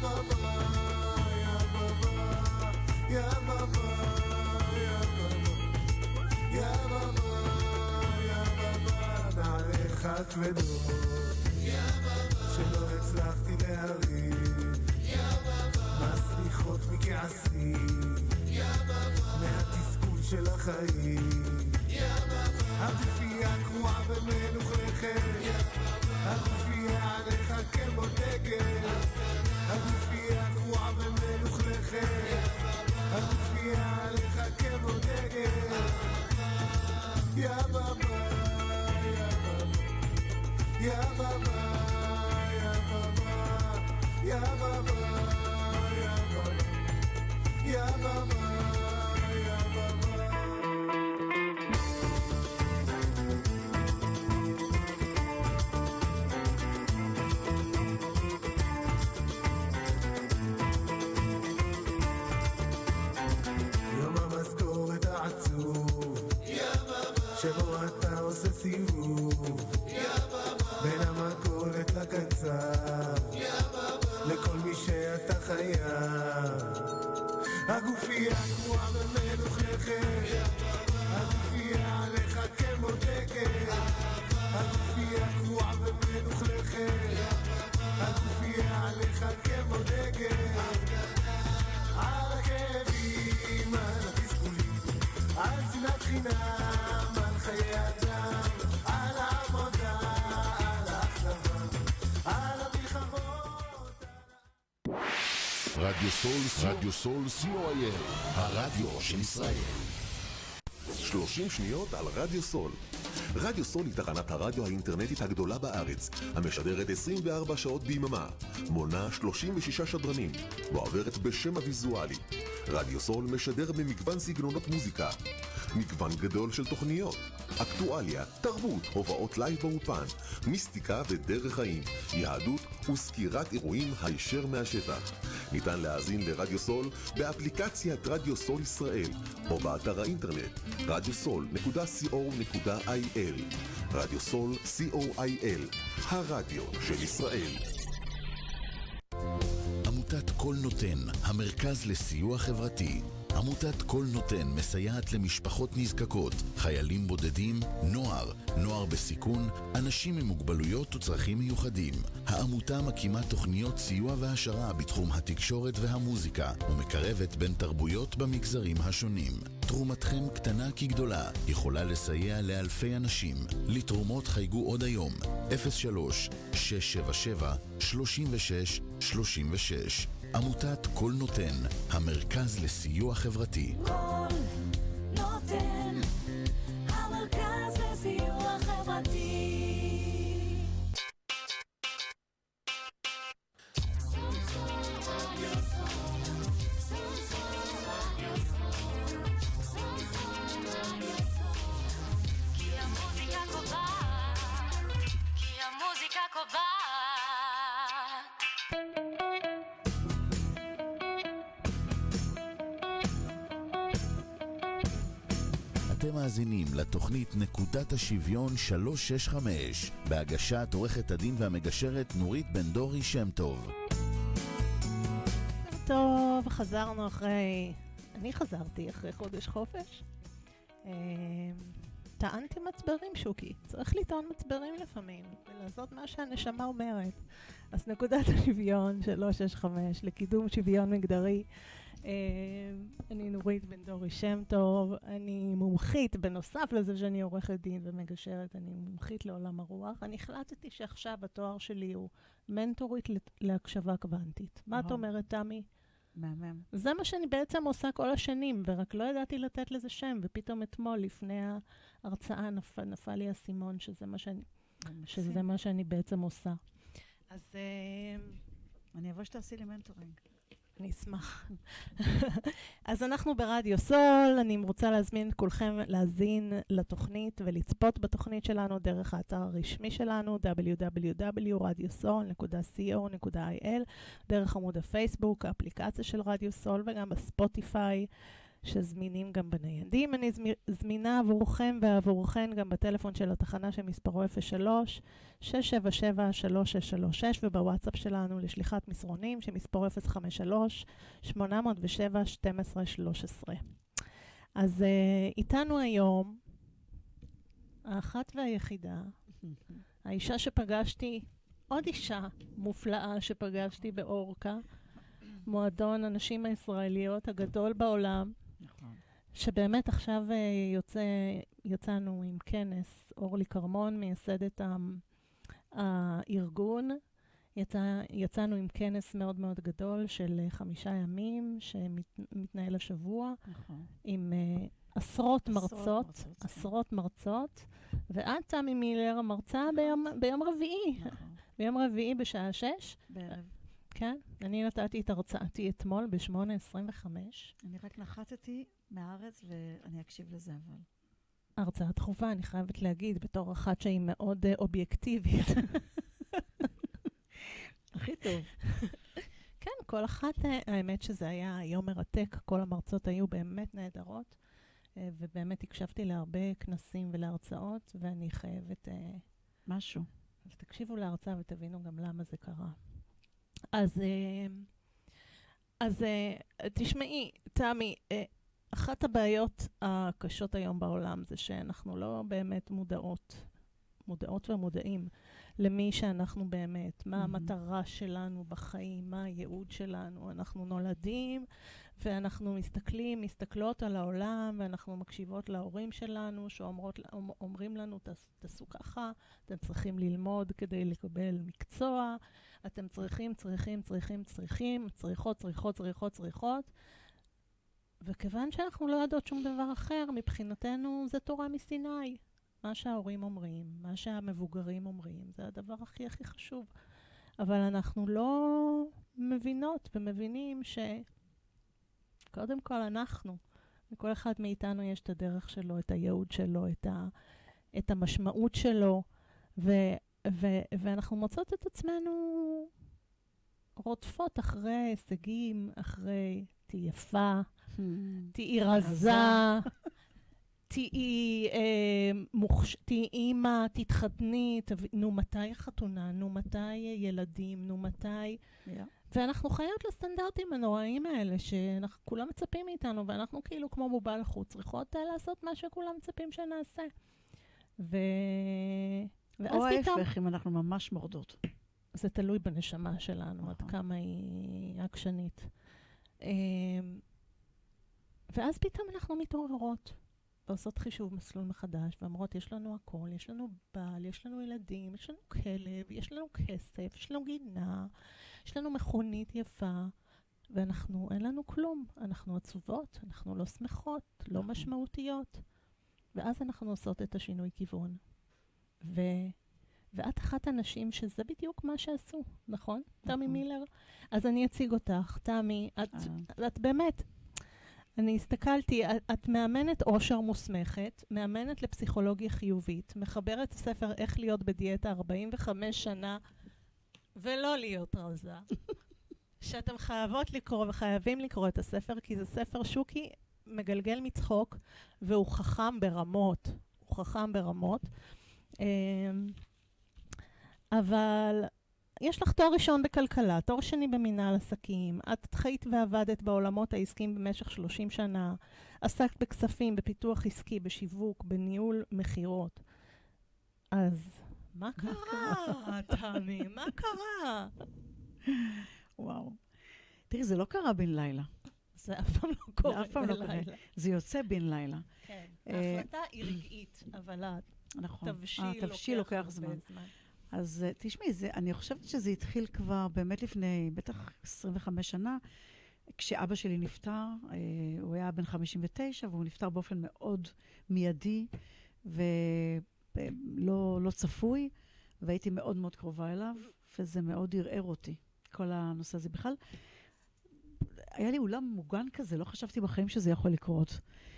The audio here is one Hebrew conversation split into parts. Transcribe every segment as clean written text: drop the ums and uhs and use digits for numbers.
בבא, יא בבא, יא בבא, יא בבא, יא בבא, נעליך כבדות, שלא הצלחתי להרים, מסליחות מכעסי, מהתסכול של החיים, הגופייה קרועה ומלוכלכת, הגופייה עליך כמו דגל, הגופייה קרועה ומלוכלכת, הגופייה עליך כמו דגל, יא בבא, יא בבא, יא בבא, יא בבא, יא בבא, יא בבא. יום המשכורת העצוב, שבו אתה עושה סיבוב, בין המכולת לקצר, לכל מי שאתה חייב. הגופייה קרועה ומלוכלכת, הגופייה עליך כמו דגל, הגופייה קרועה ומלוכלכת, הגופייה עליך כמו דגל, על הכאבים, על התסכולים, על שנאת חינם, על חיי אדם, על העבודה, על האכזבה, על המלחמות. רדיו סול, רדיו סול, co.il, הרדיו של ישראל. 30 שניות על רדיו סול. רדיו סול היא תחנת הרדיו האינטרנטית הגדולה בארץ, המשדרת 24 שעות ביממה, מונה 36 שדרנים, ועוברת בשם הוויזואלי. רדיו סול משדר במגוון סגנונות מוזיקה, מגוון גדול של תוכניות, אקטואליה, תרבות, הובאות לייב באופן, מיסטיקה ודרך חיים, יהדות וסקירת אירועים הישר מהשטח. ניתן להאזין לרדיו סול באפליקציית רדיו סול ישראל או באתר האינטרנט radiosol.co.il. רדיו סול co.il, הרדיו של ישראל. עמותת כל נותן, המרכז לסיוע חברתי. עמותת כל נותן מסייעת למשפחות נזקקות, חיילים בודדים, נוער בסיכון, אנשים עם מוגבלויות וצרכים מיוחדים. העמותה מקימה תוכניות סיוע והשרה בתחום התקשורת והמוזיקה, ומקרבת בין תרבויות במגזרים השונים. תרומתכם קטנה כגדולה, יכולה לסייע לאלפי אנשים. לתרומות חייגו עוד היום, 03-677-3636. עמותת כל נותן, המרכז לסיוע חברתי. כל נותן, המרכז לסיוע חברתי. כי המוזיקה קובעת, כי המוזיקה קובעת. אתם מאזינים לתוכנית נקודת השוויון 365 בהגשת עורכת הדין והמגשרת נורית בן דורי שם טוב. טוב, חזרנו אני חזרתי אחרי חודש חופש. טענתי מצברים, שוקי. צריך לטעון מצברים לפעמים, ולעשות מה שהנשמה אומרת. אז נקודת השוויון 365 לקידום שוויון מגדרי. אני נורית בן דורי שם טוב, אני מומחית, בנוסף לזה שאני עורכת דין ומגשרת, אני מומחית לעולם הרוח. אני החלטתי שעכשיו התואר שלי הוא מנטורית להקשבה קוונטית. מה את אומרת, תמי? מהמם. זה מה שאני בעצם עושה כל השנים, ורק לא ידעתי לתת לזה שם, ופתאום אתמול לפני ההרצאה נפל לי הסימון שזה מה שאני בעצם עושה. אז אני אבוא שתעשי לי מנטורינג. אני אשמח. אז אנחנו ברדיו סול, אני רוצה להזמין את כולכם להזין לתוכנית ולצפות בתוכנית שלנו דרך האתר הרשמי שלנו, www.radiosol.co.il, דרך עמוד הפייסבוק, האפליקציה של רדיו סול, וגם בספוטיפיי. שזמינים גם בניידים. אני זמינה עבורכם ועבורכן גם בטלפון של התחנה שמספרו 03-677-3636, ובוואטסאפ שלנו לשליחת מסרונים שמספרו 053-807-1213. אז איתנו היום האחת והיחידה, האישה שפגשתי, עוד אישה מופלאה שפגשתי באורקה, מועדון הנשים הישראליות הגדול בעולם, שבאמת עכשיו יצאנו עם כנס, אורלי קרמון, מייסדת הארגון, יצאנו עם כנס מאוד מאוד גדול של 5 ימים, שמתנהל השבוע, עם עשרות מרצות, ואת, תמי מילר, מרצה ביום רביעי. ביום רביעי בשעה 6. בערב. כן, אני נתתי את הרצאתי אתמול ב-8:25. אני רק נחתתי מהארץ ואני אקשיב לזה, אבל... הרצאה דחופה, אני חייבת להגיד, בתור אחת שהיא מאוד אובייקטיבית. הכי טוב. כן, כל אחת, האמת שזה היה יום מרתק, כל המרצות היו באמת נהדרות, ובאמת הקשבתי להרבה כנסים ולהרצאות, ואני חייבת... משהו. אז תקשיבו להרצאה ותבינו גם למה זה קרה. אז תשמעי, תמי, אחת הבעיות הקשות היום בעולם זה שאנחנו לא באמת מודעות ומודעים למי שאנחנו באמת, מה המטרה שלנו בחיים, מה הייעוד שלנו. אנחנו נולדים ואנחנו מסתכלות על העולם ואנחנו מקשיבות להורים שלנו שאומרים לנו, תעשו ככה, אתם צריכים ללמוד כדי לקבל מקצוע, אתם צריכים, צריכות. וכיוון שאנחנו לא יודעות שום דבר אחר, מבחינתנו זה תורה מסיני. מה שההורים אומרים, מה שהמבוגרים אומרים, זה הדבר הכי הכי חשוב. אבל אנחנו לא מבינות ומבינים שקודם כל אנחנו, לכל אחד מאיתנו יש את הדרך שלו, את הייעוד שלו, את המשמעות שלו, ואנחנו מוצאות את עצמנו רודפות אחרי הישגים, אחרי תהי יפה, תהי רזה, תהי אימא, תתחתני, נו מתי חתונה, נו מתי ילדים, נו מתי... ואנחנו חיות לסטנדרטים הנוראים האלה, שכולם מצפים מאיתנו, ואנחנו כאילו כמו בובה לחוץ, צריכות לעשות מה שכולם מצפים שנעשה. או ההפך, אם אנחנו ממש מורדות. זה תלוי בנשמה שלנו, עד כמה היא עקשנית. ואז פתאום אנחנו מתעוררות, ועושות חישוב מסלול מחדש, ואומרות, יש לנו הכל, יש לנו בעל, יש לנו ילדים, יש לנו כלב, יש לנו כסף, יש לנו גינה, יש לנו מכונית יפה, ואנחנו, אין לנו כלום. אנחנו עצובות, אנחנו לא שמחות, לא משמעותיות. ואז אנחנו עושות את השינוי כיוון. ואת אחת הנשים שזה בדיוק מה שעשו, נכון? תמי מילר? אז אני אציג אותך. תמי, את באמת, אני הסתכלתי, את מאמנת אושר מוסמכת, מאמנת לפסיכולוגיה חיובית, מחברת הספר איך להיות בדיאטה 45 שנה ולא להיות רזה. שאתם חייבות לקרוא וחייבים לקרוא את הספר, כי זה ספר שוקי מגלגל מצחוק, והוא חכם ברמות. הוא חכם ברמות. אבל יש לך תואר ראשון בכלכלה, תואר שני במנהל עסקים, את חיית ועבדת בעולמות העסקיים במשך 30 שנה, עסקת בכספים, בפיתוח עסקי, בשיווק, בניהול מחירות. אז מה קרה, תמי? מה קרה? וואו. תראי, זה לא קרה בן לילה. זה אף פעם לא קורה בן לילה. זה יוצא בן לילה. כן, ההחלטה היא רגעית, אבל התבשיל לוקח זמן. אז תשמעי, אני חושבת שזה התחיל כבר באמת לפני, בטח 25 שנה, כשאבא שלי נפטר, הוא היה בן 59, והוא נפטר באופן מאוד מיידי, ולא צפוי, והייתי מאוד מאוד קרובה אליו, וזה מאוד ערער אותי, כל הנושא הזה בכלל. היה לי אולם מוגן כזה, לא חשבתי בחיים שזה יכול לקרות.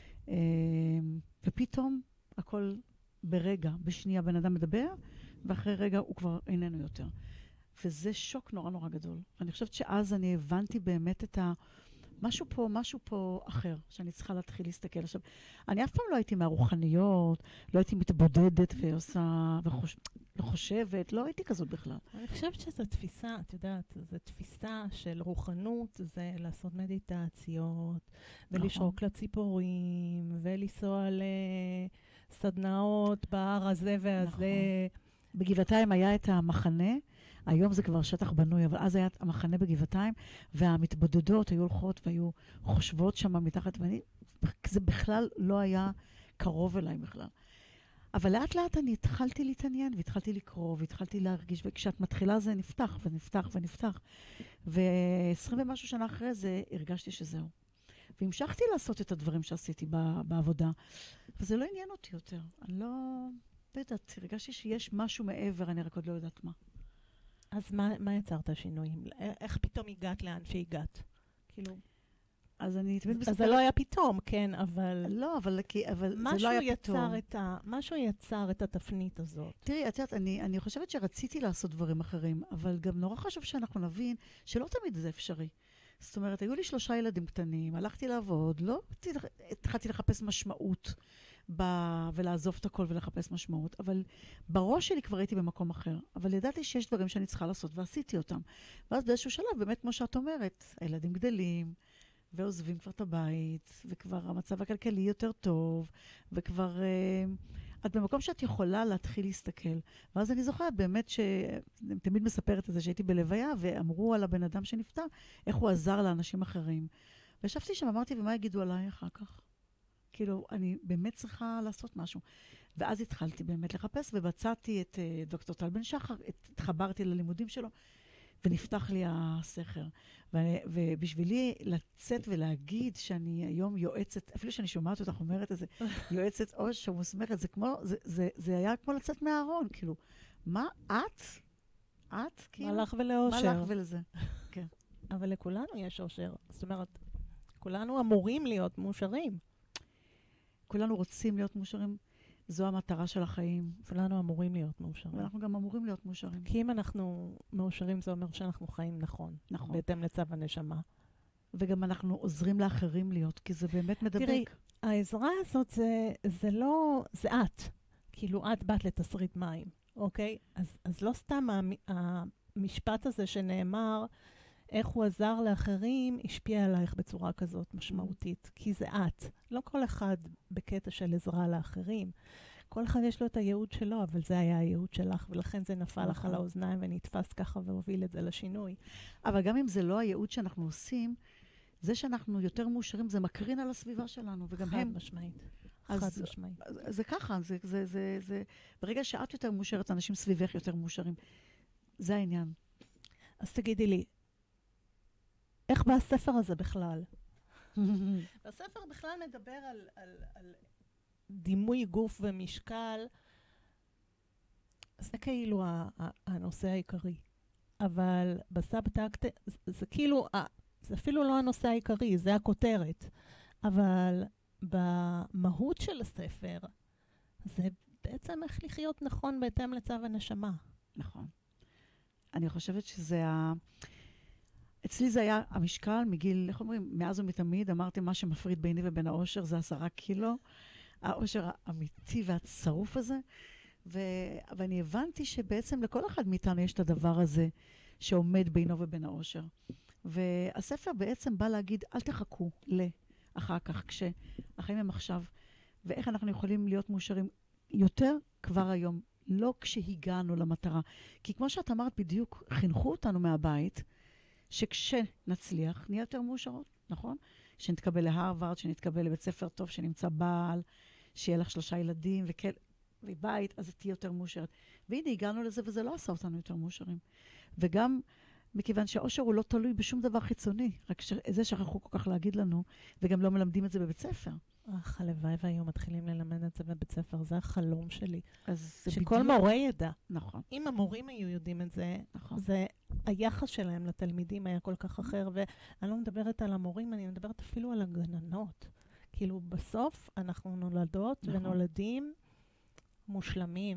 ופתאום הכל ברגע, בשנייה בן אדם מדבר, ואחרי רגע הוא כבר איננו יותר. וזה שוק נורא נורא גדול. אני חושבת שאז אני הבנתי באמת את משהו פה אחר, שאני צריכה להתחיל להסתכל. עכשיו, אני אף פעם לא הייתי מהרוחניות, לא הייתי מתבודדת ועושה, לא חושבת, לא הייתי כזאת בכלל. אני חושבת שזו תפיסה, את יודעת, זו תפיסה של רוחנות, זה לעשות מדיטציות, ולשרוק לציפורים, ולנסוע לסדנאות בהר הזה והזה. בגבעתיים היה את המחנה, היום זה כבר שטח בנוי, אבל אז היה המחנה בגבעתיים, והמתבודדות היו הולכות והיו חושבות שם מתחת, זה בכלל לא היה קרוב אליי בכלל. אבל לאט לאט אני התחלתי להתעניין, והתחלתי לקרוא, והתחלתי להרגיש, וכשאת מתחילה זה נפתח ונפתח ונפתח. ו20 ומשהו שנה אחרי זה הרגשתי שזהו. והמשכתי לעשות את הדברים שעשיתי בעבודה, וזה לא עניין אותי יותר. אני לא יודעת, הרגשתי שיש משהו מעבר, אני רק עוד לא יודעת מה. אז מה יצרת השינויים? איך פתאום הגעת לאן שהגעת? כאילו... אז אני תמיד מספרת... אז זה לא היה פתאום, כן, אבל... לא, אבל זה לא היה פתאום. משהו יצר את התפנית הזאת. תראי, את יודעת, אני חושבת שרציתי לעשות דברים אחרים, אבל גם נורא חשוב שאנחנו נבין שלא תמיד זה אפשרי. זאת אומרת, היו לי 3 ילדים קטנים, הלכתי לעבוד, לא התחלתי לחפש משמעות ולעזוב את הכל ולחפש משמעות, אבל בראש שלי כבר הייתי במקום אחר. אבל ידעתי שיש דברים שאני צריכה לעשות, ועשיתי אותם. ואז באיזשהו שלב, באמת כמו שאת אומרת, הילדים גדלים, ועוזבים כבר את הבית, וכבר המצב הכלכלי יותר טוב, וכבר את במקום שאת יכולה להתחיל להסתכל. ואז אני זוכרת באמת אני תמיד מספרת את זה שהייתי בלוויה, ואמרו על הבן אדם שנפטר, איך הוא עזר לאנשים אחרים. וישבתי שם, אמרתי, ומה יגידו עליי אחר כך? כאילו, אני באמת צריכה לעשות משהו. ואז התחלתי באמת לחפש, ובצעתי את דוקטור טל בן שחר, התחברתי ללימודים שלו, ונפתח לי הסכר. ובשבילי לצאת ולהגיד שאני היום יועצת, אפילו שאני שומעת אותך אומרת איזה, יועצת אושר מוסמכת, זה היה כמו לצאת מהארון, כאילו, מה את? את? כאילו? מה לך ולאושר. מה לך ולזה? כן. אבל לכולנו יש אושר. זאת אומרת, כולנו אמורים להיות מאושרים. כולנו רוצים להיות מאושרים. זו המטרה של החיים. כולנו אמורים להיות מאושרים. ואנחנו גם אמורים להיות מאושרים. כי אם אנחנו מאושרים, זה אומר שאנחנו חיים נכון. נכון. בהתאם לצו הנשמה. וגם אנחנו עוזרים לאחרים להיות, כי זה באמת מדבק. תראי, העזרה הזאת זה לא, זה את. כאילו, את באת לתסריט מים, אוקיי? אז לא סתם המשפט הזה שנאמר, איך הוא עזר לאחרים, השפיע עלייך בצורה כזאת משמעותית. כי זה את. לא כל אחד בקטע של עזרה לאחרים. כל אחד יש לו את הייעוד שלו, אבל זה היה הייעוד שלך, ולכן זה נפל לך על האוזניים ונתפס ככה והוביל את זה לשינוי. אבל גם אם זה לא הייעוד שאנחנו עושים, זה שאנחנו יותר מאושרים, זה מקרין על הסביבה שלנו, וגם הם... חד משמעית. חד משמעית. זה ככה, ברגע שאת יותר מאושרת, אנשים סביבך יותר מאושרים. זה העניין. אז תגידי לי, איך בא הספר הזה בכלל? הספר בכלל מדבר על דימוי גוף ומשקל. זה כאילו הנושא העיקרי. אבל בסאבטקסט, זה כאילו, זה אפילו לא הנושא העיקרי, זה הכותרת. אבל במהות של הספר, זה בעצם איך לחיות נכון בהתאם לצו הנשמה. נכון. אני חושבת שזה אצלי זה היה המשקל מגיל, איך אומרים, מאז ומתמיד, אמרתי, מה שמפריד ביני ובין האושר זה 10 קילו. האושר האמיתי והצרוף הזה. ואני הבנתי שבעצם לכל אחד מאיתנו יש את הדבר הזה שעומד בינו ובין האושר. והספר בעצם בא להגיד, אל תחכו לאחר כך, כשהחיים הם עכשיו, ואיך אנחנו יכולים להיות מאושרים יותר כבר היום, לא כשהגענו למטרה. כי כמו שאת אמרת בדיוק, חינכו אותנו מהבית, שכשנצליח, נהיה יותר מאושרות, נכון? שנתקבל להרווארד, שנתקבל לבית ספר טוב, שנמצא בעל, שיהיה לך 3 ילדים ובית, אז תהיה יותר מאושרת. והנה, הגענו לזה, וזה לא עשה אותנו יותר מאושרים. וגם מכיוון שהאושר הוא לא תלוי בשום דבר חיצוני, רק זה שכחו כל כך להגיד לנו, וגם לא מלמדים את זה בבית ספר. הלוואי והיום מתחילים ללמד את זה בבית ספר, זה החלום שלי. שכל מורה ידע. נכון. אם המורים היו יודעים את זה, נכון. זה היחס שלהם לתלמידים היה כל כך אחר, ואני לא מדברת על המורים, אני מדברת אפילו על הגננות. כאילו בסוף אנחנו נולדות נכון. ונולדים מושלמים.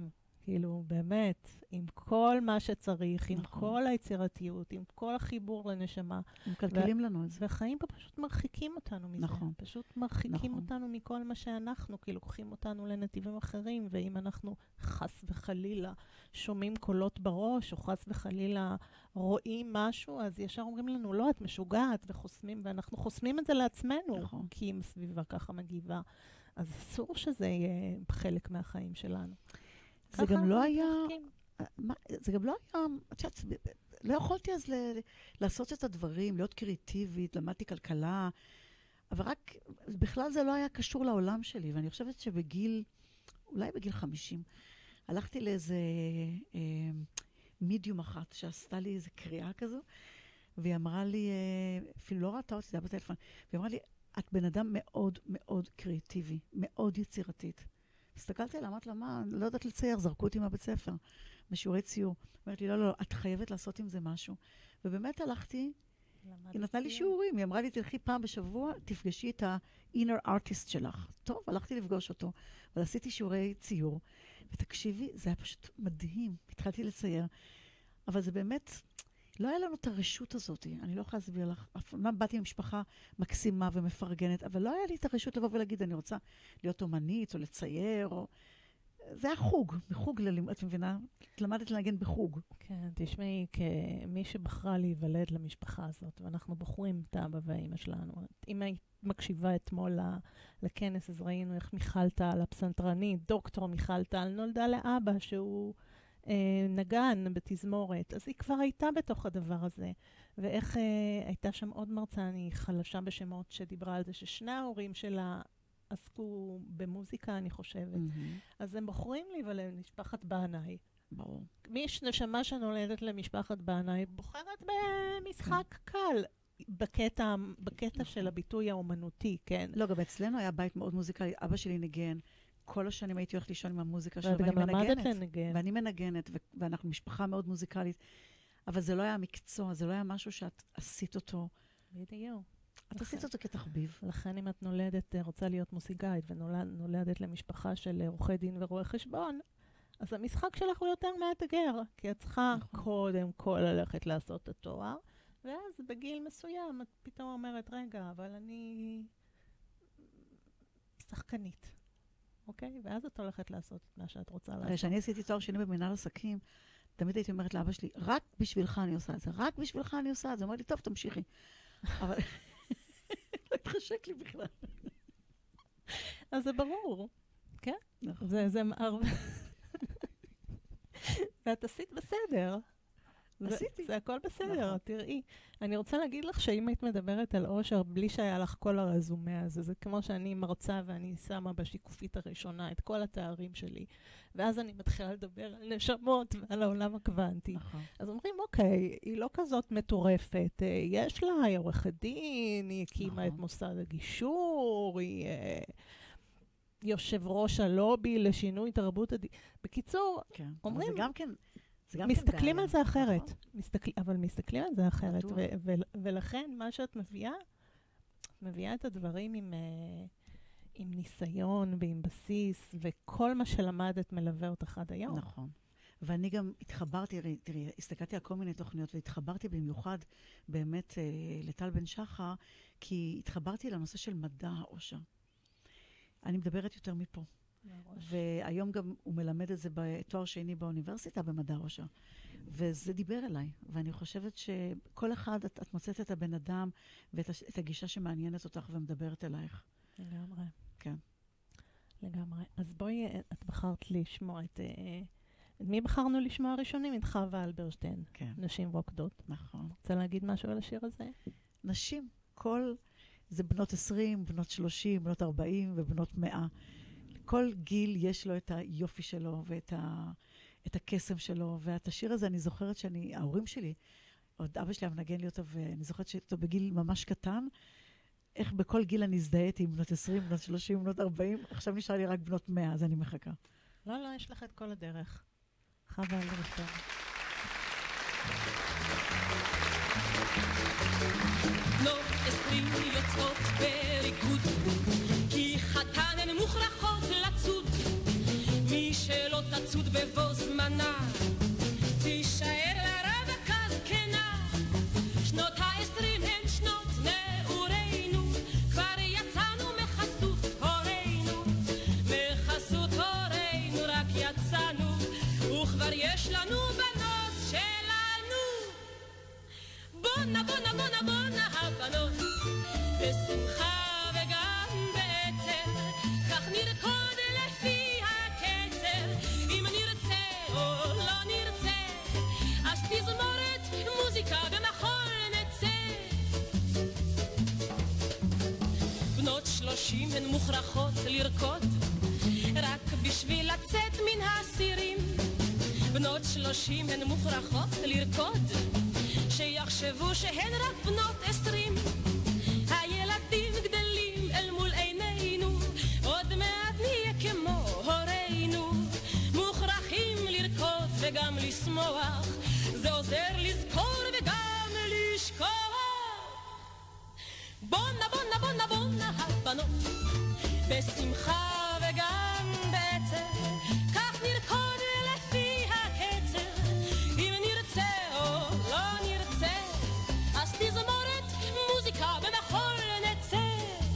כאילו, באמת, עם כל מה שצריך, עם נכון. כל היצירתיות, עם כל החיבור לנשמה. הם מקלקלים לנו את זה. והחיים פה פשוט מרחיקים אותנו מזה. נכון. פשוט מרחיקים נכון. אותנו מכל מה שאנחנו, כי לוקחים אותנו לנתיבים אחרים, ואם אנחנו חס וחלילה שומעים קולות בראש, או חס וחלילה רואים משהו, אז ישר אומרים לנו, לא, את משוגעת, וחוסמים, ואנחנו חוסמים את זה לעצמנו, נכון. כי אם הסביבה ככה מגיבה. אז אסור שזה יהיה חלק מהחיים שלנו. זה ככה גם לא אנחנו היה... מתרחקים. זה גם לא היה... את יודעת, לא יכולתי אז לעשות את הדברים, להיות קריאטיבית, למדתי כלכלה, אבל רק, בכלל זה לא היה קשור לעולם שלי, ואני חושבת שבגיל, אולי בגיל 50, הלכתי לאיזה מידיום אחת שעשתה לי איזה קריאה כזו, והיא אמרה לי, אפילו לא ראתה אותי, זה היה בטלפון, והיא אמרה לי, את בן אדם מאוד מאוד קריאטיבי, מאוד יצירתית. הסתכלתי עליה, אמרת לה, מה, לא יודעת לצייר, זרקו אותי מהבית ספר, בשיעורי ציור. אמרת לי, לא, את חייבת לעשות עם זה משהו. ובאמת הלכתי, היא נתנה לי שיעורים, היא אמרה לי, תלכי פעם בשבוע, תפגשי את ה-inner artist שלך. טוב, הלכתי לפגוש אותו, אבל עשיתי שיעורי ציור, ותקשיבי, זה היה פשוט מדהים. התחלתי לצייר, אבל זה באמת, לא היה לנו את הרשות הזאת. אני לא יכולה להסביר לך. אמנם באתי ממשפחה מקסימה ומפרגנת, אבל לא היה לי את הרשות לבוא ולהגיד, אני רוצה להיות אומנית או לצייר, או... זה היה חוג, בחוג ללימוד, את מבינה? למדת לנגן בחוג. כן, תשמעי, כמי שבחרה להיוולד למשפחה הזאת, ואנחנו בוחרים את האבא והאמא שלנו. אם היית מקשיבה אתמול לכנס, אז ראינו איך מיכל טל, הפסנתרנית, דוקטור מיכל טל, נולדה לאבא שהוא נגן בתזמורת. אז היא כבר הייתה בתוך הדבר הזה. ואיך הייתה שם עוד מרצה, אני חלשה בשמות, שדיברה על זה ששני ההורים שלה עסקו במוזיקה, אני חושבת. אז הם בוחרים להיוולד למשפחת בנאי. ברור. מי נשמה שנולדת למשפחת בנאי בוחרת במשחק קל, בקטע של הביטוי האומנותי, כן? לא, גם אצלנו היה בית מאוד מוזיקלי. אבא שלי ניגן. כל השנים הייתי הולכת לישון עם המוזיקה שלו, ואת גם למדת לנגן. ואני מנגנת, ואנחנו משפחה מאוד מוזיקלית. אבל זה לא היה מקצוע, זה לא היה משהו שאת עשית אותו. בדיוק. את עשית אותו כתחביב. לכן אם את נולדת, רוצה להיות מוזיקאית, ונולדת למשפחה של עורכי דין ורואי חשבון, אז המשחק שלך הוא יותר מאתגר, כי את צריכה קודם כל ללכת לעשות את התואר, ואז בגיל מסוים את פתאום אומרת, רגע, אבל אני שחקנית, אוקיי? ואז את הולכת לעשות את מה שאת רוצה לעשות. הרי שאני עשיתי תואר שני במנהל עסקים, תמיד הייתי אומרת לאבא שלי, רק בשבילך אני עושה את זה, רק בשבילך אני עושה את זה. הוא אומר לי, טוב, תמשיכי. אבל לא התחשק לי בכלל. אז זה ברור, כן? נכון. זה הרבה... ואת עשית בסדר. עשיתי. זה הכל בסדר, נכון. תראי. אני רוצה להגיד לך שאם היית מדברת על אושר, בלי שהיה לך כל הרזומה הזה, זה כמו שאני מרצה ואני שמה בשיקופית הראשונה את כל התארים שלי, ואז אני מתחילה לדבר על נשמות ועל העולם הקוונטי. נכון. אז אומרים, אוקיי, היא לא כזאת מטורפת, יש לה, היא עורכת דין, היא הקימה את מוסד הגישור, היא יושב ראש הלובי לשינוי תרבות בקיצור, כן. אומרים... זה גם כן... מסתכלים על זה אחרת, אבל מסתכלים על זה אחרת, בטוח. ולכן מה שאת מביאה את הדברים עם ניסיון ועם בסיס, וכל מה שלמדת מלווה אותך עד היום. נכון. ואני גם התחברתי, תראי, הסתכלתי על כל מיני תוכניות, והתחברתי במיוחד באמת לטל בן שחר, כי התחברתי לנושא של מדע האושר. אני מדברת יותר מפה. והיום גם הוא מלמד את זה בתואר שני באוניברסיטה במדע האושר. וזה דיבר אליי. ואני חושבת שכל אחד, את מוצאת את הבן אדם ואת הגישה שמעניינת אותך ומדברת אלייך. לגמרי. כן. לגמרי. אז בואי, את בחרת לשמוע את מי בחרנו לשמוע ראשונים? את חווה אלברשטיין. כן. נשים רוקדות. נכון. רוצה להגיד משהו על השיר הזה? נשים. זה בנות 20, בנות 30, בנות 40 ובנות 100. כל גיל יש לו את היופי שלו ואת הקסם שלו, ואת השיר הזה אני זוכרת ההורים שלי, עוד אבא שלי המנגן לי אותו, ואני זוכרת שאותו בגיל ממש קטן, איך בכל גיל אני הזדהיתי עם בנות 20, בנות 30, בנות 40, עכשיו נשאר לי רק בנות 100, אז אני מחכה. לא, יש לך את כל הדרך. חווה אלברשטיין. בנות 20 יוצאות בריקוד, כי חתן הן מוכרחות לצוד, מי שלא תצוד בבוס קטנה, תישאר לרווקה זקנה. שנות ה-20 הן שנות נעורינו, כבר יצאנו מחסות הורינו, מחסות הורינו רק יצאנו, וכבר יש לנו בנות שלנו. בונה בונה בונה בונה הבנות, בשמחה וגם בעצב, כך נרקוד לפי הקצב. אם נרצה או לא נרצה, אז תזמורת מוזיקה במחול נצא. בנות 30 הן מוכרחות לרקוד, רק בשביל לצאת מן הסירים. בנות 30 הן מוכרחות לרקוד, שיחשבו שהן רק בנות 20. הילדים גדלים אל מול עינינו, עוד מעט נהיה כמו הורינו. מוכרחים לרקוד וגם לשמוח, זה עוזר לזכור וגם לשכוח. בונה בונה בונה בונה הבנות, בשמחה וגם בעצב, כך נרקוד לפי הקצב. אם נרצה או לא נרצה, אז תזמורת מוזיקה במחול נצא.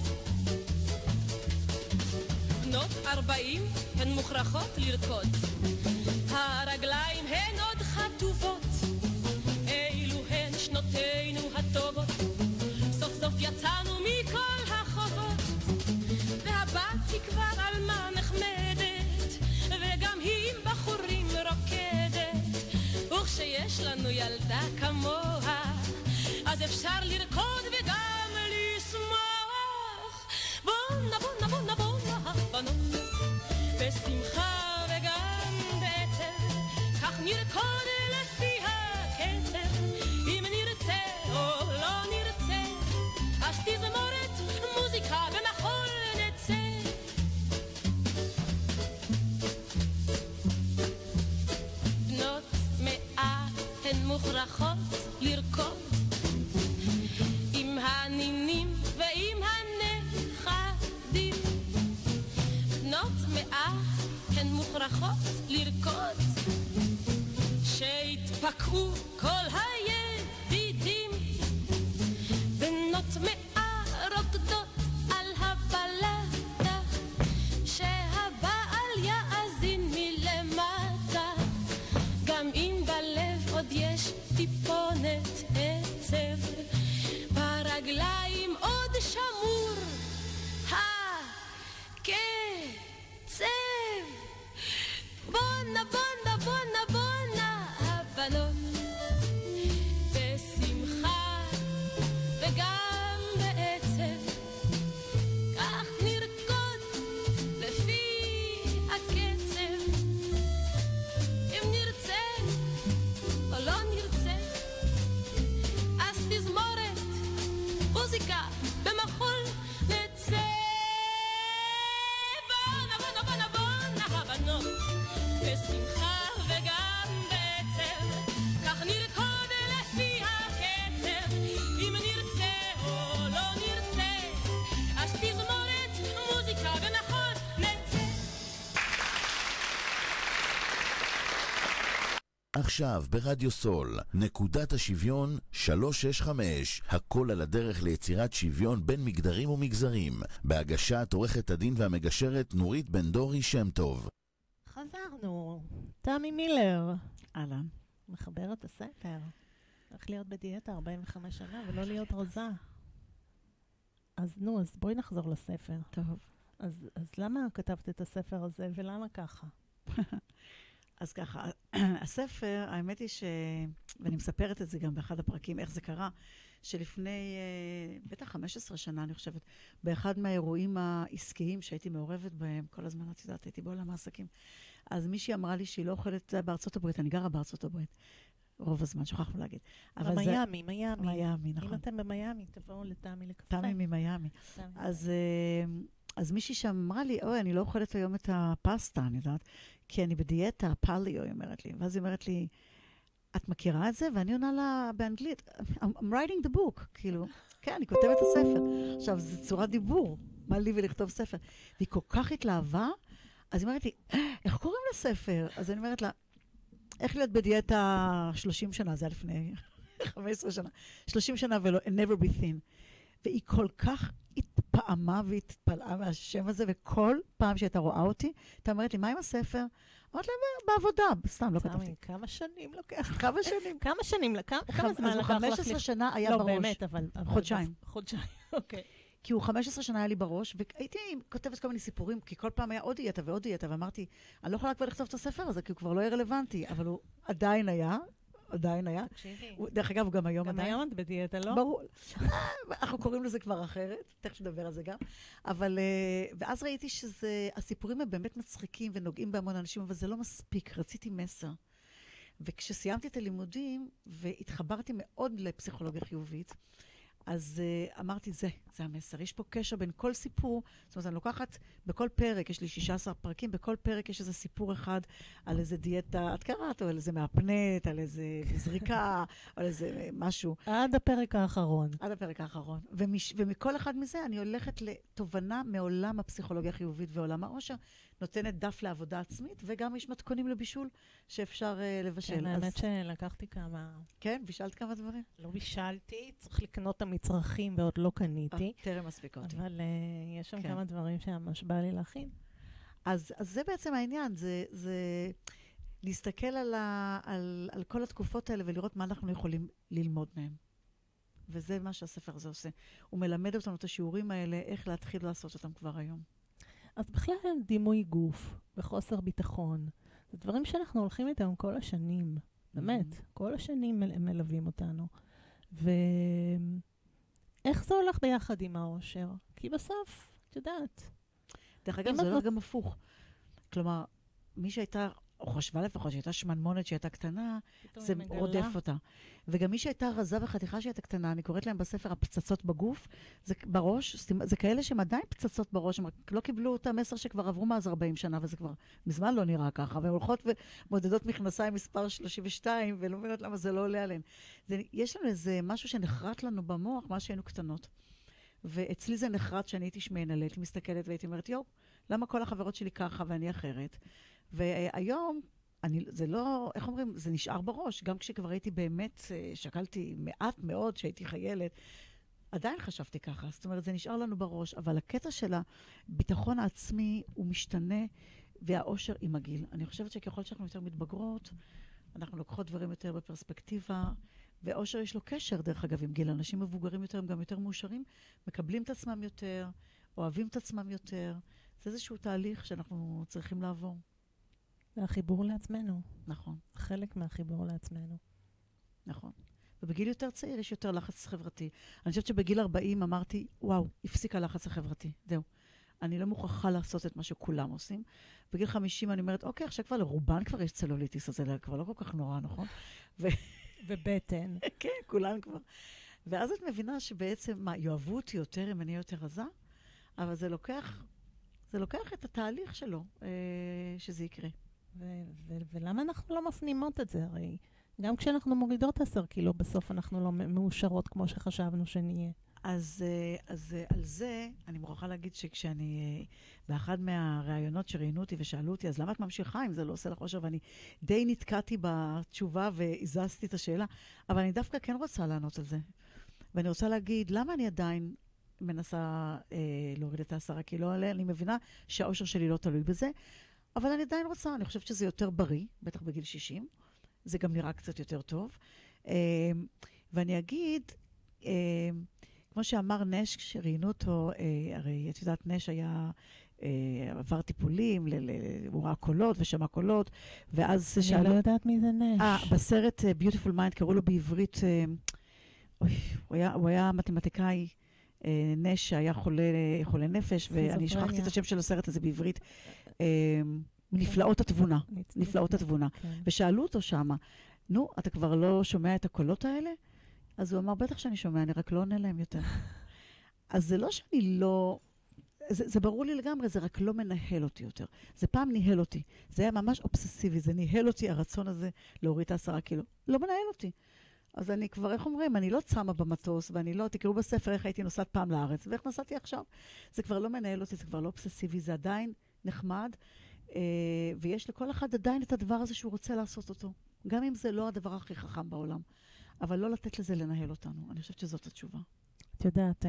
בנות 40 הן מוכרחות לרקוד, הרגליים הן עוד חטובות, אילו הן שנותינו הטובות. סוף סוף יצאנו מכל החובות, והבת היא כבר עלמה נחמדת, וגם היא עם בחורים רוקדת. וכשיש לנו ילדה כמוה, אז אפשר לרקוד וגם לשמוח. בונה בונה בונה בונה הבנות, בשמחה וגם בעצב, כך נרקוד לפי הקצב. אם נרצה או לא נרצה, אז תזמורת מוזיקה במחול נצא. בנות 100 הן מוכרחות לרקוד, עם הנינים ועם הנכדים. בנות 100 הן מוכרחות לרקוד, שהתפקעו כל הידידים. בנות 100 רוקדות על הבלדה, שהבעל יאזין מלמטה, גם אם בלב עוד יש טיפונת עצב, ברגליים עוד שמור הקצב. בונה בונה בונה בונה הבנות, בשמחה וגם בעצב, כך נרקוד לפי הקצב. אם נרצה או לא נרצה, אז תזמורת מוזיקה במחול נצא. בונה בונה בונה בונה הבנות, בשמחה וגם בעצב, כך נרקוד לפי הקצב. אם נרצה או לא נרצה, אז תזמורת מוזיקה במחול נצא. עכשיו ברדיו סול, נקודת השוויון 365, הכל על הדרך ליצירת שוויון בין מגדרים ומגזרים, בהגשת עורכת הדין והמגשרת נורית בן דורי שם טוב. חזרנו. תמי מילר, אהלן. מחברת הספר. איך להיות בדיאטה 45 שנה ולא להיות רזה. אז בואי נחזור לספר. טוב. אז למה כתבת את הספר הזה ולמה ככה? אז ככה, הספר, האמת היא ואני מספרת את זה גם באחד הפרקים, איך זה קרה, שלפני, בטח 15 שנה, אני חושבת, באחד מהאירועים העסקיים שהייתי מעורבת בהם, כל הזמן, את יודעת, הייתי בעולם העסקים, אז מישהי אמרה לי שהיא לא אוכלת בארצות הברית, אני גרה בארצות הברית, רוב הזמן, שוכחנו להגיד. במיימי, מיימי, נכון. אם אתם במיימי, תבואו לתמי לקפה. תמי ממיימי. אז מישהי שם אמרה לי, אוי, אני לא אוכלת היום את הפסטה, אני יודעת, כי אני בדיאטה, פליו, היא אומרת לי. ואז היא אומרת לי, את מכירה את זה? ואני עונה לה באנגלית, I'm writing the book, כאילו, כן, אני כותבת את הספר. עכשיו, זו צורת דיבור, מה לי ולכתוב ספר. והיא כל כך התלהבה, אז היא אומרת לי, איך קוראים לספר? אז אני אומרת לה, איך להיות בדיאטה 30 שנה, זה היה לפני 15 שנה. 30 שנה ולא, never be thin. והיא כל כך התפעמה והתפלאה מהשם הזה, וכל פעם שהייתה רואה אותי, הייתה אומרת לי, מה עם הספר? אמרת לה, בעבודה, סתם, לא כתבתי. כמה שנים לוקח? כמה שנים? כמה שנים? כמה זמן אז לקח 15 שנה היה לא, בראש. באמת, אבל... חודשיים. חודשיים, אוקיי. כי הוא 15 שנה היה לי בראש, והייתי כותבת כל מיני סיפורים, כי כל פעם היה עוד דיאטה ועוד דיאטה, ואמרתי, אני לא יכולה כבר לכתוב את הספר הזה, כי הוא כבר לא יהיה רלוונטי, אבל הוא עדיין היה. דרך אגב, הוא גם היום עדיין. גם היום את בדיאטה, לא? ברור. אנחנו קוראים לזה כבר אחרת, תכף נדבר על זה גם. אבל, ואז ראיתי שהסיפורים הם באמת מצחיקים ונוגעים בהמון אנשים, אבל זה לא מספיק, רציתי מסר. וכשסיימתי את הלימודים, והתחברתי מאוד לפסיכולוגיה חיובית, אז אמרתי, זה המסר. יש פה קשר בין כל סיפור, זאת אומרת, אני לוקחת בכל פרק, יש לי 16 פרקים, בכל פרק יש איזה סיפור אחד על איזה דיאטה, את קראת, או על איזה מהפנט, על איזה זריקה, על איזה משהו. עד הפרק האחרון. עד הפרק האחרון. ומכל אחד מזה אני הולכת לתובנה מעולם הפסיכולוגיה החיובית ועולם העושר, נותנת דף לעבודה עצמית, וגם יש מתכונים לבישול שאפשר לבשל. כן, האמת שלקחתי כמה... כן, בישלת כמה דברים? לא בישלתי, צריך לקנות את המצרכים ועוד לא קניתי. טרם מספיק אותי. אבל יש שם כמה דברים שממש בא לי להכין. אז זה בעצם העניין, זה להסתכל על כל התקופות האלה ולראות מה אנחנו יכולים ללמוד מהם. וזה מה שהספר הזה עושה. הוא מלמד אותנו את השיעורים האלה, איך להתחיל לעשות אותם כבר היום. אז בכלל דימוי גוף וחוסר ביטחון, זה דברים שאנחנו הולכים איתם כל השנים, באמת, כל השנים מלווים אותנו. ואיך זה הולך ביחד עם העושר? כי בסוף, את יודעת. דרך אגב, זה הולך גם הפוך. כלומר, מי שהייתה, או חשבה לפחות, שהייתה שמנמונת, שהייתה קטנה, זה רודף אותה. וגם מי שהייתה רזה וחתיכה שהייתה קטנה, אני קוראת להם בספר הפצצות בגוף, זה בראש, זה כאלה שהם עדיין פצצות בראש, הם לא קיבלו את המסר שכבר עברו מאז 40 שנה, וזה כבר מזמן לא נראה ככה, והן הולכות ומודדות מכנסיים מספר 32, ולא מבינות למה זה לא עולה עליהן. יש לנו איזה משהו שנחרט לנו במוח, מה שהיינו קטנות. ואצלי זה נחרט שאני הייתי שמנהלת, הייתי מסתכלת והייתי אומרת, יו, למה כל החברות שלי ככה ואני אחרת? והיום, זה לא, איך אומרים, זה נשאר בראש. גם כשכבר הייתי באמת, שקלתי מעט מאוד שהייתי חיילת, עדיין חשבתי ככה. זאת אומרת, זה נשאר לנו בראש. אבל הקטע של הביטחון העצמי הוא משתנה, והאושר עם הגיל. אני חושבת שככל שאנחנו יותר מתבגרות, אנחנו לוקחות דברים יותר בפרספקטיבה, ואושר יש לו קשר, דרך אגב, עם גיל. אנשים מבוגרים יותר, הם גם יותר מאושרים, מקבלים את עצמם יותר, אוהבים את עצמם יותר. זה איזשהו תהליך שאנחנו צריכים לעבור. זה החיבור לעצמנו. נכון. חלק מהחיבור לעצמנו. נכון. ובגיל יותר צעיר יש יותר לחץ חברתי. אני חושבת שבגיל 40 אמרתי, וואו, הפסיק הלחץ החברתי. זהו. אני לא מוכרחה לעשות את מה שכולם עושים. בגיל 50 אני אומרת, אוקיי, עכשיו כבר לרובן כבר יש צלוליטיס, אז זה כבר לא כל כך נורא, נכון? ובטן. כן, כולן כבר. ואז את מבינה שבעצם, מה, יאהבו אותי יותר אם אני יותר רזה? אבל זה לוקח את התהליך שלו, שזה יקרה. ולמה אנחנו לא מפנימות את זה? הרי גם כשאנחנו מורידות 10 קילו, בסוף אנחנו לא מאושרות כמו שחשבנו שנהיה. אז על זה, אני מוכרחה להגיד שכשאני, באחד מהראיונות שראיינו אותי ושאלו אותי, אז למה את ממשיכה אם זה לא עושה לך אושר? ואני די נתקעתי בתשובה והזזתי את השאלה, אבל אני דווקא כן רוצה לענות על זה. ואני רוצה להגיד, למה אני עדיין מנסה להוריד את 10 קילו האלה? אני מבינה שהאושר שלי לא תלוי בזה, אבל אני עדיין רוצה, אני חושבת שזה יותר בריא, בטח בגיל 60. זה גם נראה קצת יותר טוב. ואני אגיד, כמו שאמר נש, כשראיינו אותו, הרי את יודעת, נש היה, עבר טיפולים, הוא ראה קולות ושמע קולות, ואז שאלו... אני לא יודעת מי זה נש. בסרט Beautiful Mind, קראו לו בעברית, הוא היה מתמטיקאי, נש שהיה חולה נפש, ואני שכחתי את השם של הסרט הזה בעברית, נפלאות התבונה, נפלאות התבונה. ושאלו אותו שמה, נו, אתה כבר לא שומע את הקולות האלה? אז הוא אמר, בטח שאני שומע, אני רק לא עונה להם יותר. אז זה לא שאני לא... זה ברור לי לגמרי, זה רק לא מנהל אותי יותר. זה פעם ניהל אותי. זה היה ממש אובססיבי, זה ניהל אותי, הרצון הזה להוריד את 10 קילו. לא מנהל אותי. אז אני כבר, איך אומרים, אני לא צמה במטוס, ואני לא, תקראו בספר איך הייתי נוסעת פעם לארץ, ואיך נסעתי עכשיו. זה כבר לא מנהל אותי, זה כבר לא אובססיבי, זה עדיין נחמד, ויש לכל אחד עדיין את הדבר הזה שהוא רוצה לעשות אותו. גם אם זה לא הדבר הכי חכם בעולם. אבל לא לתת לזה לנהל אותנו. אני חושבת שזאת התשובה. את יודעת,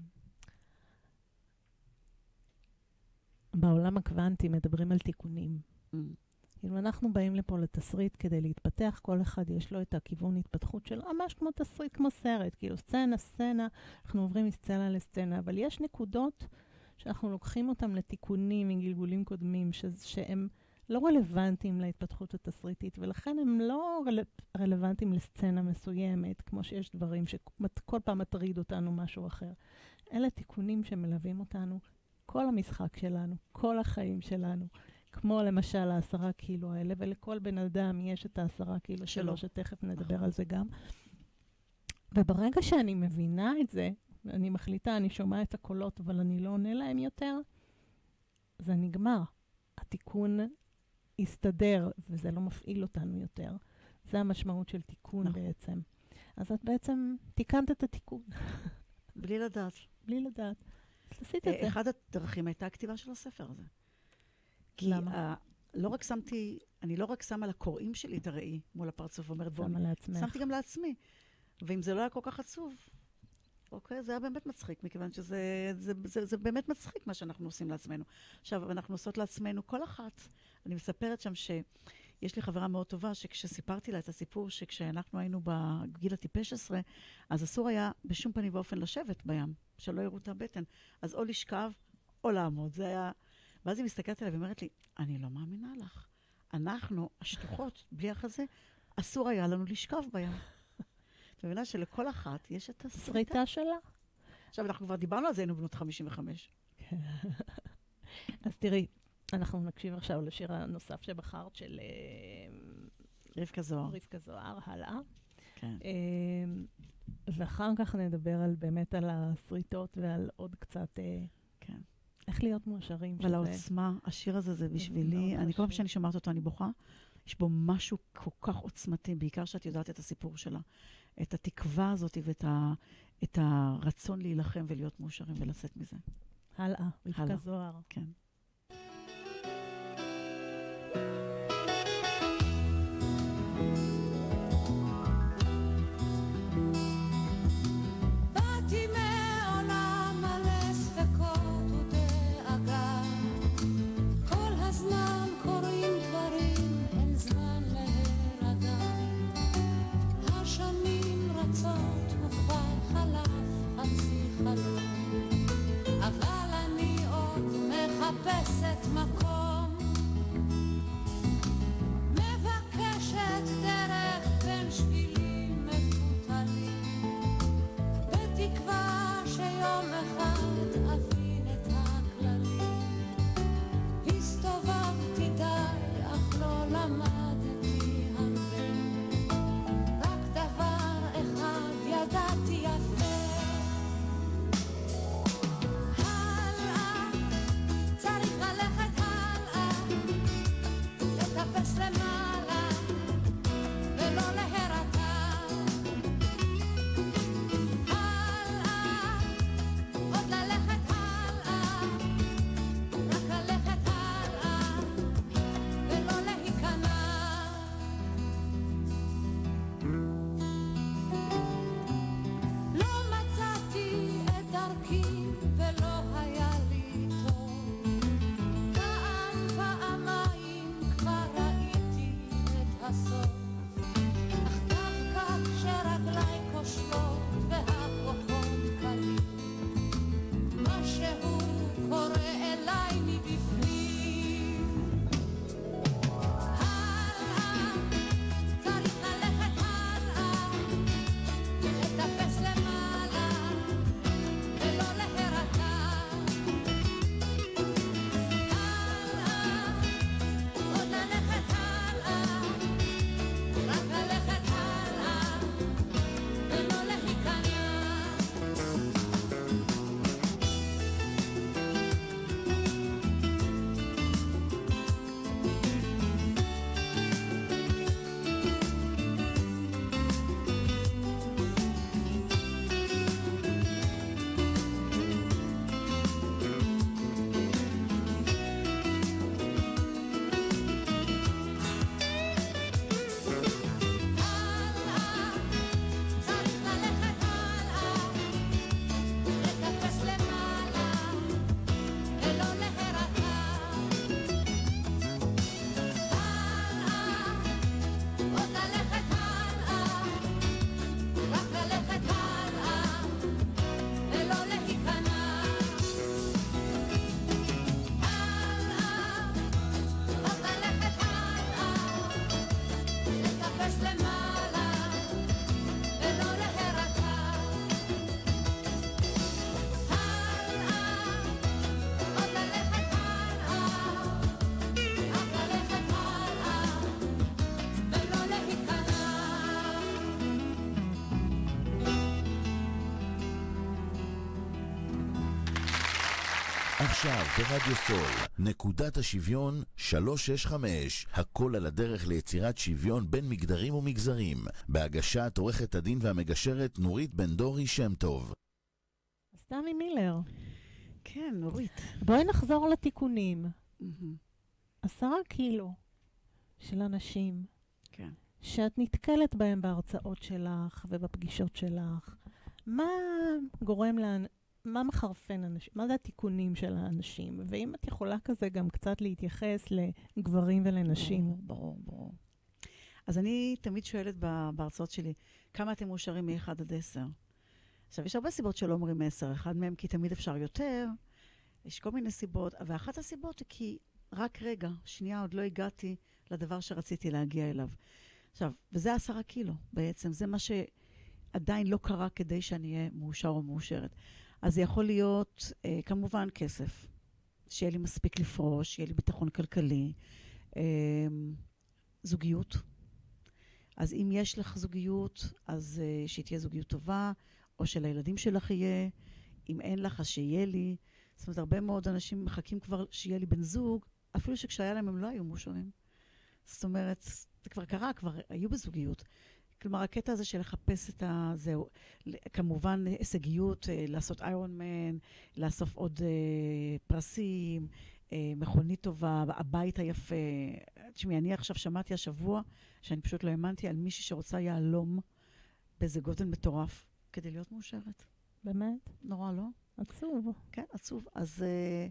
בעולם הקוונטי מדברים על תיקונים. אם אנחנו באים לפה לתסריט כדי להתפתח, כל אחד יש לו את הכיוון התפתחות שלו, ממש כמו תסריט, כמו סרט, כאילו סצנה, אנחנו עוברים מסצנה לסצנה, אבל יש נקודות שאנחנו לוקחים אותם לתיקונים מגלגולים קודמים, שהם לא רלוונטיים להתפתחות התסריטית, ולכן הם לא רלוונטיים לסצנה מסוימת, כמו שיש דברים שכל פעם מטריד אותנו משהו אחר. אלה תיקונים שמלווים אותנו, כל המשחק שלנו, כל החיים שלנו, כמו למשל 10 קילו האלה, ולכל בן אדם יש את 10 קילו שלו, שתכף נדבר על זה גם. וברגע שאני מבינה את זה, אני מחליטה, אני שומעה את הקולות, אבל אני לא עונה להם יותר, זה נגמר. התיקון יסתדר, וזה לא מפעיל אותנו יותר. זה המשמעות של תיקון בעצם. אז את בעצם תיקנת את התיקון. בלי לדעת. בלי לדעת. אז עשית את זה. אחד הדרכים הייתה הכתיבה של הספר הזה. למה? אני לא רק שמה לקוראים שלי את הראי מול הפרצוף, ואומרת, שמה לעצמך. שמתי גם לעצמי. ואם זה לא היה כל כך עצוב, אוקיי, זה היה באמת מצחיק, מכיוון שזה באמת מצחיק מה שאנחנו עושים לעצמנו. עכשיו, אנחנו עושות לעצמנו כל אחת. אני מספרת שם שיש לי חברה מאוד טובה, שכשסיפרתי לה את הסיפור, שכשאנחנו היינו בגיל הטיפש 10, אז אסור היה בשום פנים ואופן לשבת בים, שלא יראו את הבטן. אז או לשכב, או לעמוד. זה היה... ואז היא מסתכלת עליי ואומרת לי, אני לא מאמינה לך. אנחנו, השטוחות, בלי החזה, אסור היה לנו לשכב בים. את מבינה שלכל אחת יש את הסריטה שלה. עכשיו, אנחנו כבר דיברנו על זה, היינו בנות 55. אז תראי, אנחנו נקשיב עכשיו לשיר הנוסף שבחרת של רבקה זוהר. רבקה זוהר, הלאה. כן. ואחר כך נדבר באמת על הסריטות ועל עוד קצת... כן. איך להיות מאושרים. ועל העוצמה, השיר הזה זה בשבילי, אני כל פעם שאני שומעת אותו, אני בוכה. יש בו משהו כל כך עוצמתי, בעיקר שאת יודעת את הסיפור שלה. את התקווה הזאת ואת הרצון להילחם ולהיות מאושרים ולצאת מזה. הלאה, רבקה זוהר. כן. אבל אני עוד מחפשת מקום עכשיו ברדיו סול, נקודת השוויון 365, הכל על הדרך ליצירת שוויון בין מגדרים ומגזרים, בהגשת עורכת הדין והמגשרת נורית בן דורי שם טוב. אז תמי מילר, כן, נורית. בואי נחזור לתיקונים. 10 קילו של אנשים כן. שאת נתקלת בהם בהרצאות שלך ובפגישות שלך, מה גורם מה מחרפן אנשים? מה זה התיקונים של האנשים? ואם את יכולה כזה גם קצת להתייחס לגברים ולנשים. ברור. אז אני תמיד שואלת בהרצאות שלי, כמה אתם מאושרים מ-1 עד 10? עכשיו, יש הרבה סיבות שלא אומרים 10. אחד מהם כי תמיד אפשר יותר, יש כל מיני סיבות, ואחת הסיבות היא כי רק רגע, שנייה, עוד לא הגעתי לדבר שרציתי להגיע אליו. עכשיו, וזה 10 קילו בעצם, זה מה שעדיין לא קרה כדי שאני אהיה מאושר או מאושרת. אז זה יכול להיות, כמובן, כסף. שיהיה לי מספיק לפרוש, שיהיה לי ביטחון כלכלי, זוגיות. אז אם יש לך זוגיות, אז שתהיה זוגיות טובה, או שלילדים שלך יהיה. אם אין לך, אז שיהיה לי. זאת אומרת, הרבה מאוד אנשים מחכים כבר שיהיה לי בן זוג, אפילו שכשהיה להם הם לא היו מאושרים. זאת אומרת, זה כבר קרה, כבר היו בזוגיות. כלומר, הקטע הזה של לחפש את זהו, כמובן הישגיות, לעשות איירון מן, לאסוף עוד פרסים, מכונית טובה, הבית היפה. תשמעי, אני עכשיו שמעתי השבוע, שאני פשוט לא האמנתי, על מישהי שרוצה יהלום באיזה גודל מטורף, כדי להיות מאושרת. באמת? נורא, לא? עצוב. כן, עצוב. אז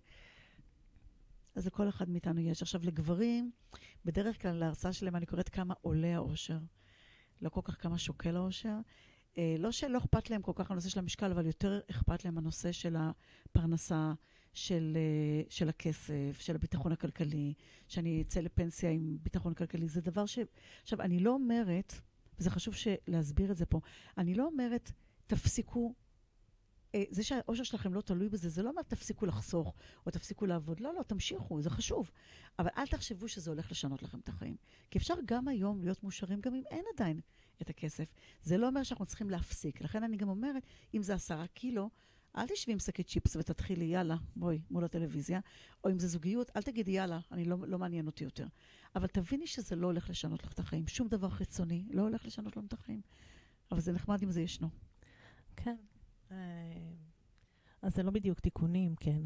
לכל אחד מאיתנו יש. עכשיו, לגברים, בדרך כלל להרצאה שלהם אני קוראת כמה עולה האושר. לא כל כך כמה שוקל האושר. לא שלא אכפת להם כל כך הנושא של המשקל, אבל יותר אכפת להם הנושא של הפרנסה, של הכסף, של הביטחון הכלכלי, שאני אצא לפנסיה עם ביטחון כלכלי. זה דבר עכשיו, אני לא אומרת, וזה חשוב להסביר את זה פה, אני לא אומרת, תפסיקו, זה שהאושר שלכם לא תלוי בזה, זה לא אומר תפסיקו לחסוך, או תפסיקו לעבוד. לא, תמשיכו, זה חשוב. אבל אל תחשבו שזה הולך לשנות לכם את החיים. כי אפשר גם היום להיות מאושרים, גם אם אין עדיין את הכסף. זה לא אומר שאנחנו צריכים להפסיק. לכן אני גם אומרת, אם זה 10 קילו, אל תשבי עם שקית צ'יפס ותתחילי, יאללה, בואי, מול הטלוויזיה. או אם זה זוגיות, אל תגידי, יאללה, אני לא מעניין אותי יותר. אבל תביני שזה לא הולך לשנות לך את החיים. שום דבר חיצוני לא הולך לשנות לנו את החיים. אבל זה נחמד אם זה ישנו. כן. אז זה לא בדיוק תיקונים, כן.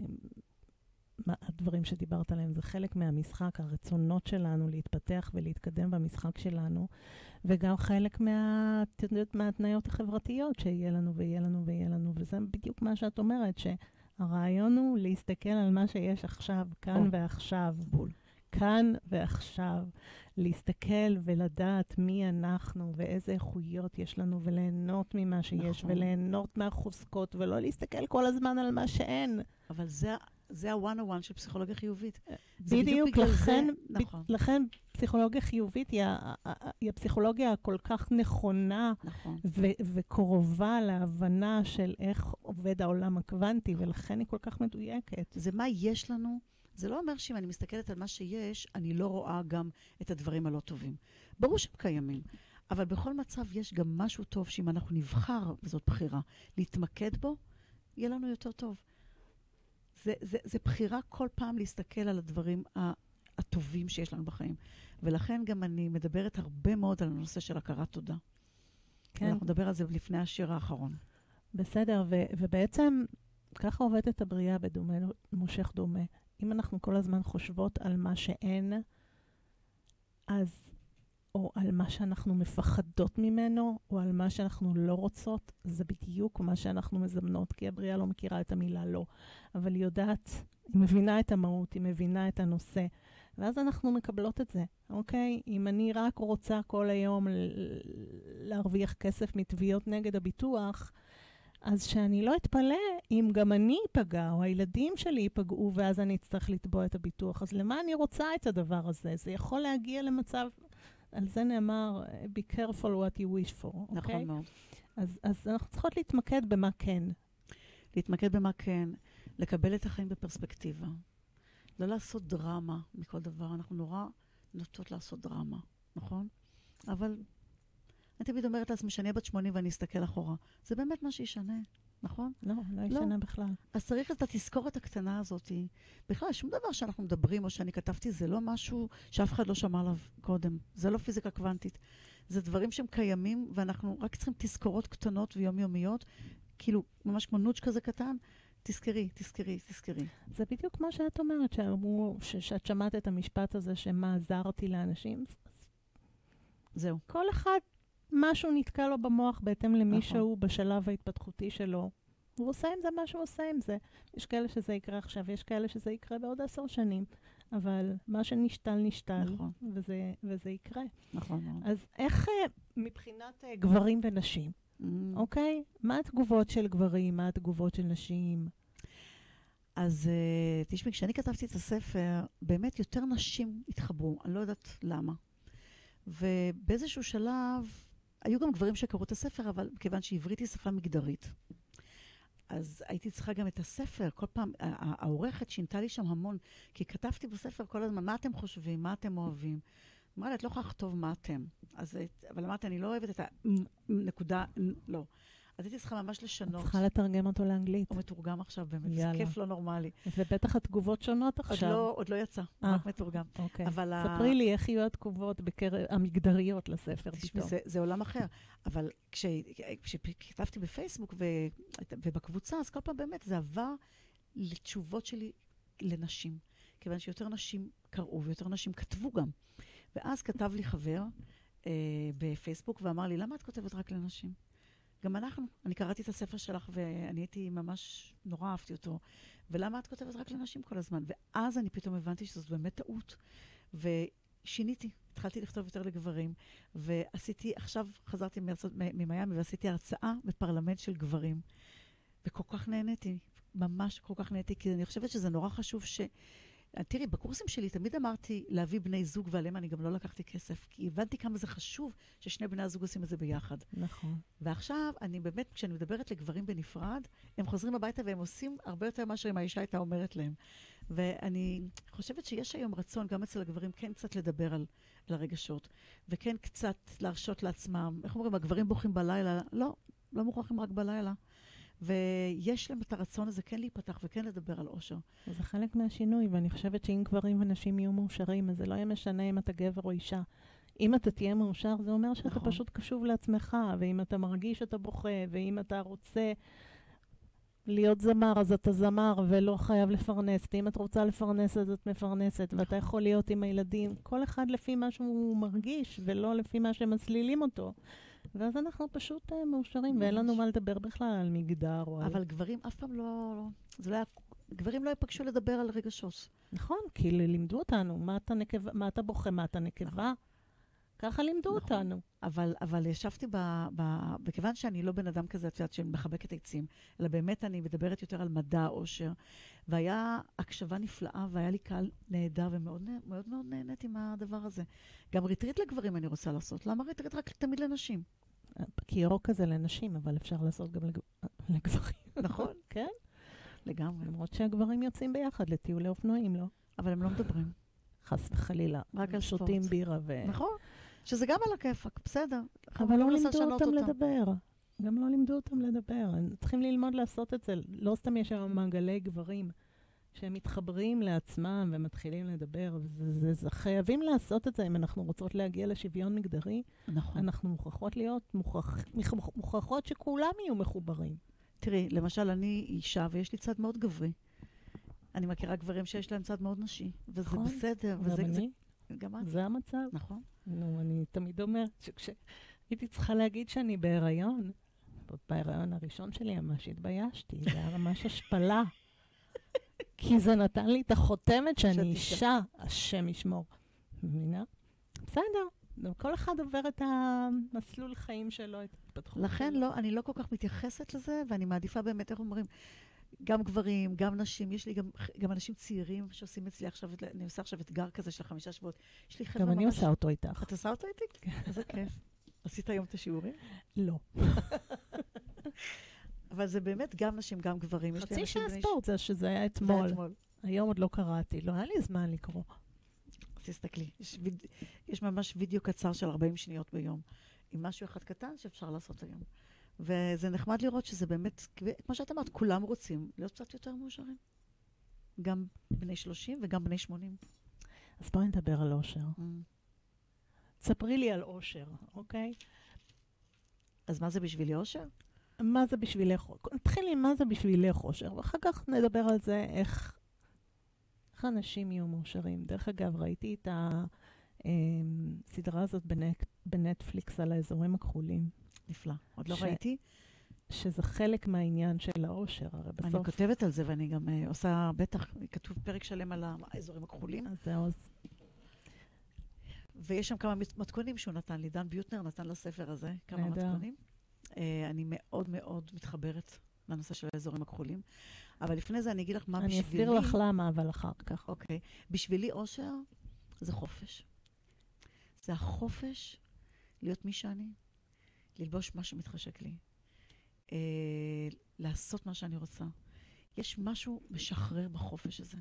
הדברים שדיברת עליהם זה חלק מהמשחק, הרצונות שלנו להתפתח ולהתקדם במשחק שלנו, וגם חלק מהתנאיות החברתיות שיהיה לנו ויהיה לנו ויהיה לנו, וזה בדיוק מה שאת אומרת, שהרעיון הוא להסתכל על מה שיש עכשיו, כאן ועכשיו. בול. כאן ועכשיו, להסתכל ולדעת מי אנחנו ואיזה איכויות יש לנו, וליהנות ממה שיש, וליהנות מהחוזקות, ולא להסתכל כל הזמן על מה שאין. אבל זה ה-101 של פסיכולוגיה חיובית. בדיוק, לכן פסיכולוגיה חיובית היא הפסיכולוגיה הכל כך נכונה, וקרובה להבנה של איך עובד העולם הקוונטי, ולכן היא כל כך מדויקת. זה מה יש לנו. זה לא אומר שאם אני מסתכלת על מה שיש, אני לא רואה גם את הדברים הלא טובים. ברור שהם קיימים, אבל בכל מצב יש גם משהו טוב שאם אנחנו נבחר, וזאת בחירה, להתמקד בו, יהיה לנו יותר טוב. זה בחירה כל פעם להסתכל על הדברים הטובים שיש לנו בחיים. ולכן גם אני מדברת הרבה מאוד על הנושא של הכרת תודה. כן. אנחנו נדבר על זה לפני השיר האחרון. בסדר, ובעצם ככה עובדת הבריאה בדומה, מושך דומה. אם אנחנו כל הזמן חושבות על מה שאין, אז, או על מה שאנחנו מפחדות ממנו, או על מה שאנחנו לא רוצות, זה בדיוק מה שאנחנו מזמנות, כי הבריאה לא מכירה את המילה לא. אבל היא יודעת, היא מבינה את המהות, היא מבינה את הנושא. ואז אנחנו מקבלות את זה, אוקיי? אם אני רק רוצה כל היום להרוויח כסף מתביעות נגד הביטוח, אז שאני לא אתפלא אם גם אני אפגע, או הילדים שלי ייפגעו, ואז אני אצטרך לתבוע את הביטוח. אז למה אני רוצה את הדבר הזה? זה יכול להגיע למצב, על זה נאמר, be careful what you wish for, אוקיי? נכון מאוד. אז אנחנו צריכות להתמקד במה כן. להתמקד במה כן, לקבל את החיים בפרספקטיבה. לא לעשות דרמה מכל דבר. אנחנו נורא נוטות לעשות דרמה, נכון? אבל אני תמיד אומרת לעצמי שאני בת 80 ואני אסתכל אחורה. זה באמת מה שישנה. נכון? לא ישנה בכלל. אז צריך את התזכורת הקטנה הזאת. בכלל, שום דבר שאנחנו מדברים או שאני כתבתי, זה לא משהו שאף אחד לא שמע עליו קודם. זה לא פיזיקה קוונטית. זה דברים שהם קיימים, ואנחנו רק צריכים תזכורות קטנות ויומיומיות, כאילו, ממש כמו נוץ' כזה קטן. תזכרי. זה בדיוק כמו שאת אומרת, שאת שמעת את המשפט הזה, שמה עזרתי לאנשים. זהו. כל אחד, משהו נתקע לו במוח בהתאם למישהו בשלב ההתפתחותי שלו. הוא עושה עם זה מה שהוא עושה עם זה. יש כאלה שזה יקרה עכשיו, יש כאלה שזה יקרה בעוד 10 שנים. אבל מה שנשתל, נכון. וזה יקרה. נכון. אז איך מבחינת גברים ונשים, אוקיי? מה התגובות של גברים? מה התגובות של נשים? אז תשמעי, כשאני כתבתי את הספר, באמת יותר נשים התחברו, אני לא יודעת למה. ובאיזשהו שלב, היו גם גברים שקראו את הספר, אבל מכיוון שעברית היא שפה מגדרית, אז הייתי צריכה גם את הספר. כל פעם, העורכת שינתה לי שם המון, כי כתבתי בספר כל הזמן, מה אתם חושבים, מה אתם אוהבים? אמרה לי, את לא יכולה לכתוב מה אתם. אבל אמרתי, אני לא אוהבת את הנקודה, לא. אז הייתי צריכה ממש לשנות. צריכה לתרגם אותו לאנגלית. הוא מתורגם עכשיו באמת, זה כיף לא נורמלי. ובטח התגובות שונות עכשיו. עוד לא יצא, רק מתורגם. אוקיי. ספרי לי איך יהיו התגובות המגדריות לספר. תשמעי, זה עולם אחר. אבל כשכתבתי בפייסבוק ובקבוצה, אז כל פעם באמת זה עבר לתשובות שלי לנשים. כיוון שיותר נשים קראו ויותר נשים כתבו גם. ואז כתב לי חבר בפייסבוק ואמר לי, למה את כותבת רק לנשים? גם אני קראתי את הספר שלך ואני הייתי ממש נורא אהבתי אותו. ולמה את כותבת רק לנשים כל הזמן? ואז אני פתאום הבנתי שזאת באמת טעות. ושיניתי, התחלתי לכתוב יותר לגברים. עכשיו חזרתי ממיימי ועשיתי הרצאה בפרלמנט של גברים. וכל כך נהניתי, ממש כל כך נהניתי, כי אני חושבת שזה נורא חשוב תראי, בקורסים שלי תמיד אמרתי להביא בני זוג, ועליהם אני גם לא לקחתי כסף, כי הבנתי כמה זה חשוב ששני בני הזוג עושים את זה ביחד. נכון. ועכשיו, אני באמת, כשאני מדברת לגברים בנפרד, הם חוזרים הביתה והם עושים הרבה יותר מאשר אם האישה הייתה אומרת להם. ואני חושבת שיש היום רצון, גם אצל הגברים, כן קצת לדבר על הרגשות, וכן קצת להרשות לעצמם. איך אומרים, הגברים בוכים בלילה? לא מוכרחים רק בלילה. ויש להם את הרצון הזה כן להיפתח וכן לדבר על אושר. זה חלק מהשינוי, ואני חושבת שאם גברים ונשים יהיו מאושרים, אז זה לא יהיה משנה אם אתה גבר או אישה. אם אתה תהיה מאושר, זה אומר שאתה נכון. פשוט קשוב לעצמך, ואם אתה מרגיש שאתה בוכה, ואם אתה רוצה להיות זמר, אז אתה זמר ולא חייב לפרנס, ואם את רוצה לפרנס, אז את מפרנסת, ואתה יכול להיות עם הילדים, כל אחד לפי מה שהוא מרגיש, ולא לפי מה שמסלילים אותו. ואז אנחנו פשוט מאושרים, ואין לנו מה לדבר בכלל על מגדר או על... אבל גברים אף פעם לא... גברים לא יפגשו לדבר על רגשות. נכון, כי לימדו אותנו, מה אתה בוכה, מה אתה נקבה. ככה לימדו אותנו. אבל ישבתי בכיוון שאני לא בן אדם כזה, את יודעת, שמחבק את העצים, אלא באמת אני מדברת יותר על מדע, אושר, והיה הקשבה נפלאה, והיה לי קהל נהדר, ומאוד מאוד מאוד נהנית עם הדבר הזה. גם ריטריט לגברים אני רוצה לעשות. למה ריטריט רק תמיד לנשים? כי ירוק כזה לנשים, אבל אפשר לעשות גם לגברים. נכון. כן? לגמרי. למרות שהגברים יוצאים ביחד לטיולי אופנועים, לא? אבל הם לא מדברים. חס וחלילה. רק על ספורט. שותים בירה ו... נכון. שזה גם על הכיפק, בסדר. אבל לא לימדו אותם לדבר. גם לא לימדו אותם לדבר. צריכים ללמוד לעשות את זה. לא סתם יש היום מעגלי גברים שהם מתחברים לעצמם ומתחילים לדבר. חייבים לעשות את זה אם אנחנו רוצות להגיע לשוויון מגדרי. נכון. אנחנו מוכרחות להיות, מוכרחות שכולם יהיו מחוברים. תראי, למשל, אני אישה ויש לי צד מאוד גברי. אני מכירה גברים שיש להם צד מאוד נשי. וזה בסדר. גם אני. גם את. זה המצב. נכון. נו, אני תמיד אומרת שכשהייתי צריכה להגיד שאני בהיריון, בהיריון הראשון שלי ממש התביישתי, זה היה ממש השפלה. כי זה נתן לי את החותמת שאני אישה, השם ישמור. מבינה? בסדר, כל אחד עובר את המסלול חיים שלו, את התפתחות. לכן לא, אני לא כל כך מתייחסת לזה, ואני מעדיפה באמת, איך אומרים, גם גברים, גם נשים, יש לי גם אנשים צעירים שעושים אצלי עכשיו, אני עושה עכשיו אתגר כזה של 5 שבועות. יש לי חבר'ה ממש... גם אני עושה אותו איתך. את עושה אותו איתי? איזה כיף. עשית היום את השיעורים? לא. אבל זה באמת גם נשים, גם גברים. חצי שעה ספורט, זה שזה היה אתמול. היום עוד לא קראתי, לא היה לי זמן לקרוא. תסתכלי, יש ממש וידאו קצר של 40 שניות ביום, עם משהו אחד קטן שאפשר לעשות היום. וזה נחמד לראות שזה באמת, כמו שאת אמרת, כולם רוצים להיות קצת יותר מאושרים. גם בני 30 וגם בני 80. אז בואי נדבר על אושר. תספרי לי על אושר, אוקיי? אז מה זה בשבילי אושר? מה זה בשבילך? נתחיל עם מה זה בשבילך אושר, ואחר כך נדבר על זה איך אנשים יהיו מאושרים. דרך אגב, ראיתי את הסדרה הזאת בנטפליקס על האזורים הכחולים. נפלא. עוד לא ראיתי. שזה חלק מהעניין של האושר, הרי בסוף... אני כותבת על זה, ואני גם עושה, בטח, כתוב פרק שלם על האזורים הכחולים. אז זהו. ויש שם כמה מתכונים שהוא נתן לי. דן ביוטנר נתן לספר הזה כמה מתכונים. אני מאוד מאוד מתחברת לנושא של האזורים הכחולים. אבל לפני זה אני אגיד לך מה בשבילי... אני אסביר לך למה, אבל אחר כך. אוקיי. בשבילי אושר זה חופש. זה החופש להיות מי שאני, ללבוש מה שמתחשק לי, לעשות מה שאני רוצה. יש משהו משחרר בחופש הזה.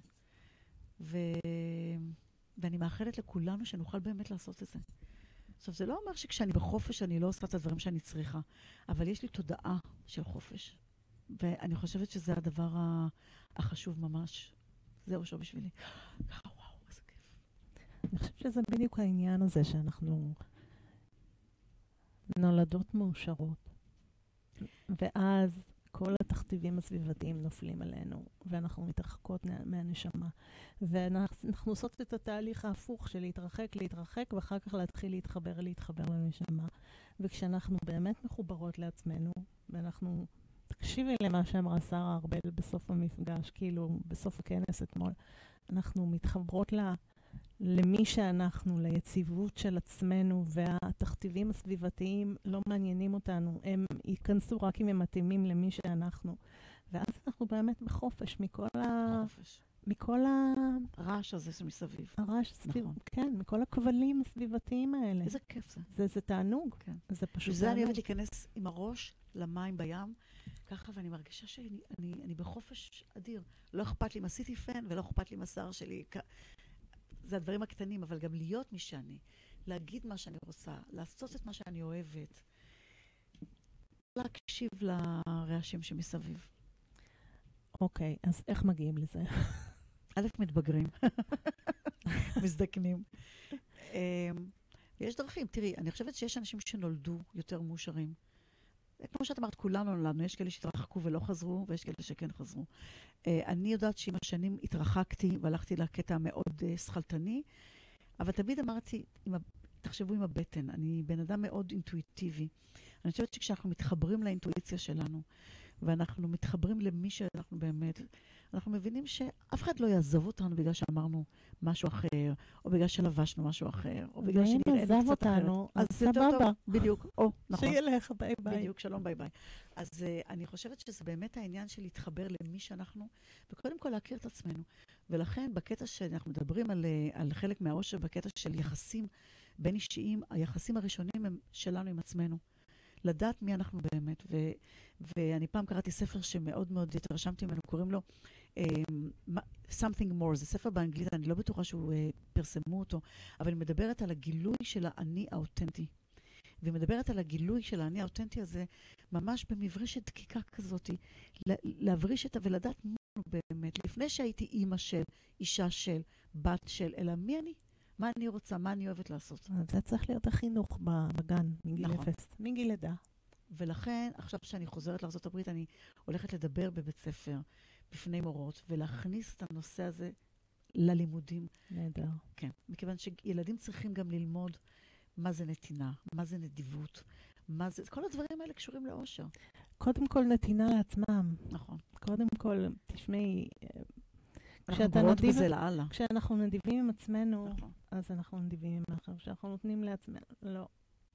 ואני מאחלת לכולנו שנוכל באמת לעשות את זה. עכשיו, זה לא אומר שכשאני בחופש אני לא עושה את הדברים שאני צריכה, אבל יש לי תודעה של חופש. ואני חושבת שזה הדבר החשוב ממש. זה אושר בשבילי. וואו, איזה כיף. אני חושבת שזה בדיוק העניין הזה שאנחנו נולדות מאושרות. ואז כל התכתיבים הסביבתיים נופלים עלינו, ואנחנו מתרחקות מהנשמה. ואנחנו עושות את התהליך ההפוך של להתרחק, ואחר כך להתחיל להתחבר לנשמה. וכשאנחנו באמת מחוברות לעצמנו, ואנחנו... תקשיבי למה שאמרה שרה ארבל בסוף המפגש, כאילו בסוף הכנס אתמול. אנחנו מתחברות למי שאנחנו, ליציבות של עצמנו, והתכתיבים הסביבתיים לא מעניינים אותנו. הם ייכנסו רק אם הם מתאימים למי שאנחנו. ואז אנחנו באמת בחופש מכל הרעש הזה שמסביב. הרעש סביב, נכון. כן, מכל הכבלים הסביבתיים האלה. איזה כיף זה. זה תענוג. כן. זה פשוט וזה אני אוהבת להיכנס עם הראש למים בים, ככה, ואני מרגישה שאני בחופש אדיר. לא אכפת לי אם עשיתי פן, ולא אכפת לי עם השיער שלי. זה הדברים הקטנים, אבל גם להיות מי שאני. להגיד מה שאני רוצה, לעשות את מה שאני אוהבת. להקשיב לרעשים שמסביב. אוקיי, אז איך מגיעים לזה? א', מתבגרים. מזדקנים. יש דרכים. תראי, אני חושבת שיש אנשים שנולדו יותר מאושרים. כמו שאת אמרת, כולנו נולדנו. יש כאלה שהתרחקו ולא חזרו, ויש כאלה שכן חזרו. אני יודעת שעם השנים התרחקתי והלכתי לקטע מאוד שכלתני, אבל תמיד אמרתי, תחשבו עם הבטן. אני בן אדם מאוד אינטואיטיבי. אני חושבת שכשאנחנו מתחברים לאינטואיציה שלנו, ואנחנו מתחברים למי שאנחנו באמת, אנחנו מבינים שאף אחד לא יעזוב אותנו בגלל שאמרנו משהו אחר, או בגלל שלבשנו משהו אחר, או בגלל שנראינו קצת אותנו, אחרת. אז סבבה. בדיוק, נכון. שיהיה לך, ביי ביי. בדיוק, שלום, ביי ביי. אז אני חושבת שזה באמת העניין של להתחבר למי שאנחנו, וקודם כל להכיר את עצמנו. ולכן, בקטע שאנחנו מדברים על חלק מהאושר, בקטע של יחסים בין אישיים, היחסים הראשונים הם שלנו עם עצמנו. לדעת מי אנחנו באמת. ואני פעם קראתי ספר שמאוד מאוד התרשמתי ממנו, קוראים לו Something More. זה ספר באנגלית, אני לא בטוחה שהוא פרסמו אותו, אבל היא מדברת על הגילוי של האני האותנטי. והיא מדברת על הגילוי של האני האותנטי הזה, ממש במברשת דקיקה כזאת, להבריש את ולדעת מי אנחנו באמת, לפני שהייתי אימא של, אישה של, בת של, אלא מי אני? מה אני רוצה, מה אני אוהבת לעשות. זה צריך להיות החינוך בגן, מגיל נכון. אפס, מגיל לידה. ולכן, עכשיו שאני חוזרת לארצות הברית, אני הולכת לדבר בבית ספר, בפני מורות, ולהכניס את הנושא הזה ללימודים. נהדר. כן, מכיוון שילדים צריכים גם ללמוד מה זה נתינה, מה זה נדיבות, מה זה... כל הדברים האלה קשורים לאושר. קודם כל נתינה לעצמם. נכון. קודם כל, תשמעי... אנחנו גרועות בזה לאללה. כשאנחנו נדיבים עם עצמנו, נכון. אז אנחנו נדיבים עם האחר. כשאנחנו נותנים לעצמנו, לא.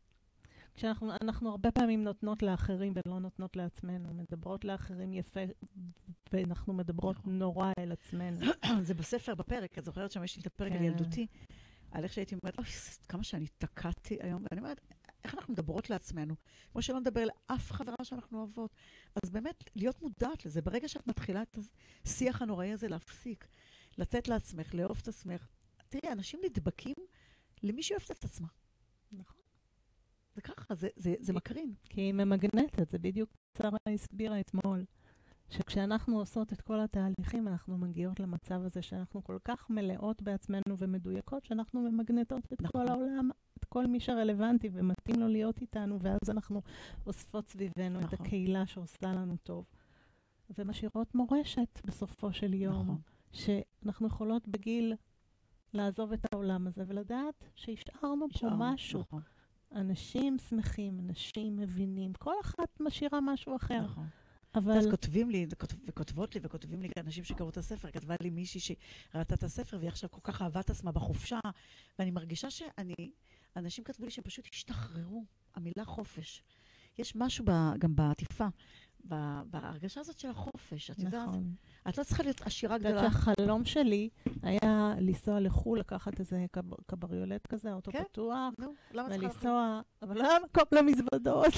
כשאנחנו הרבה פעמים נותנות לאחרים ולא נותנות לעצמנו, מדברות לאחרים יפה, ואנחנו מדברות נכון. נורא אל עצמנו. זה בספר, בפרק, את זוכרת שם יש לי את הפרק על ילדותי, על איך שהייתי אומרת, כמה שאני תקעתי היום, ואני אומרת, איך אנחנו מדברות לעצמנו, כמו שלא נדבר לאף חברה שאנחנו אוהבות. אז באמת, להיות מודעת לזה, ברגע שאת מתחילה את השיח הנוראי הזה, להפסיק, לתת לעצמך, לאהוב את עצמך. תראי, אנשים נדבקים למי שאוהבת את עצמה. נכון. זה ככה, זה מקרין. כי היא ממגנטת, זה בדיוק שרה הסבירה אתמול. שכשאנחנו עושות את כל התהליכים, אנחנו מגיעות למצב הזה שאנחנו כל כך מלאות בעצמנו ומדויקות, שאנחנו ממגנטות את כל העולם, את כל מי שרלוונטי ומתאים לו להיות איתנו, ואז אנחנו אוספות סביבנו את הקהילה שעושה לנו טוב. ומשאירות מורשת בסופו של יום, שאנחנו יכולות בגיל לעזוב את העולם הזה ולדעת שהשארנו פה משהו. אנשים שמחים, אנשים מבינים, כל אחת משאירה משהו אחר. אבל... אז כותבים לי, וכותבים לי אנשים שקראו את הספר, כתבה לי מישהי שראתה את הספר, והיא עכשיו כל כך אהבה את עצמה בחופשה, ואני מרגישה אנשים כתבו לי שהם פשוט השתחררו, המילה חופש. יש משהו גם בעטיפה, בהרגשה הזאת של החופש, את יודעת? את לא צריכה להיות עשירה גדולה. החלום שלי היה לנסוע לחול, לקחת איזה קבריולט כזה, אוטו פתוח, ולנסוע, אבל לא היה מקום למזוודות.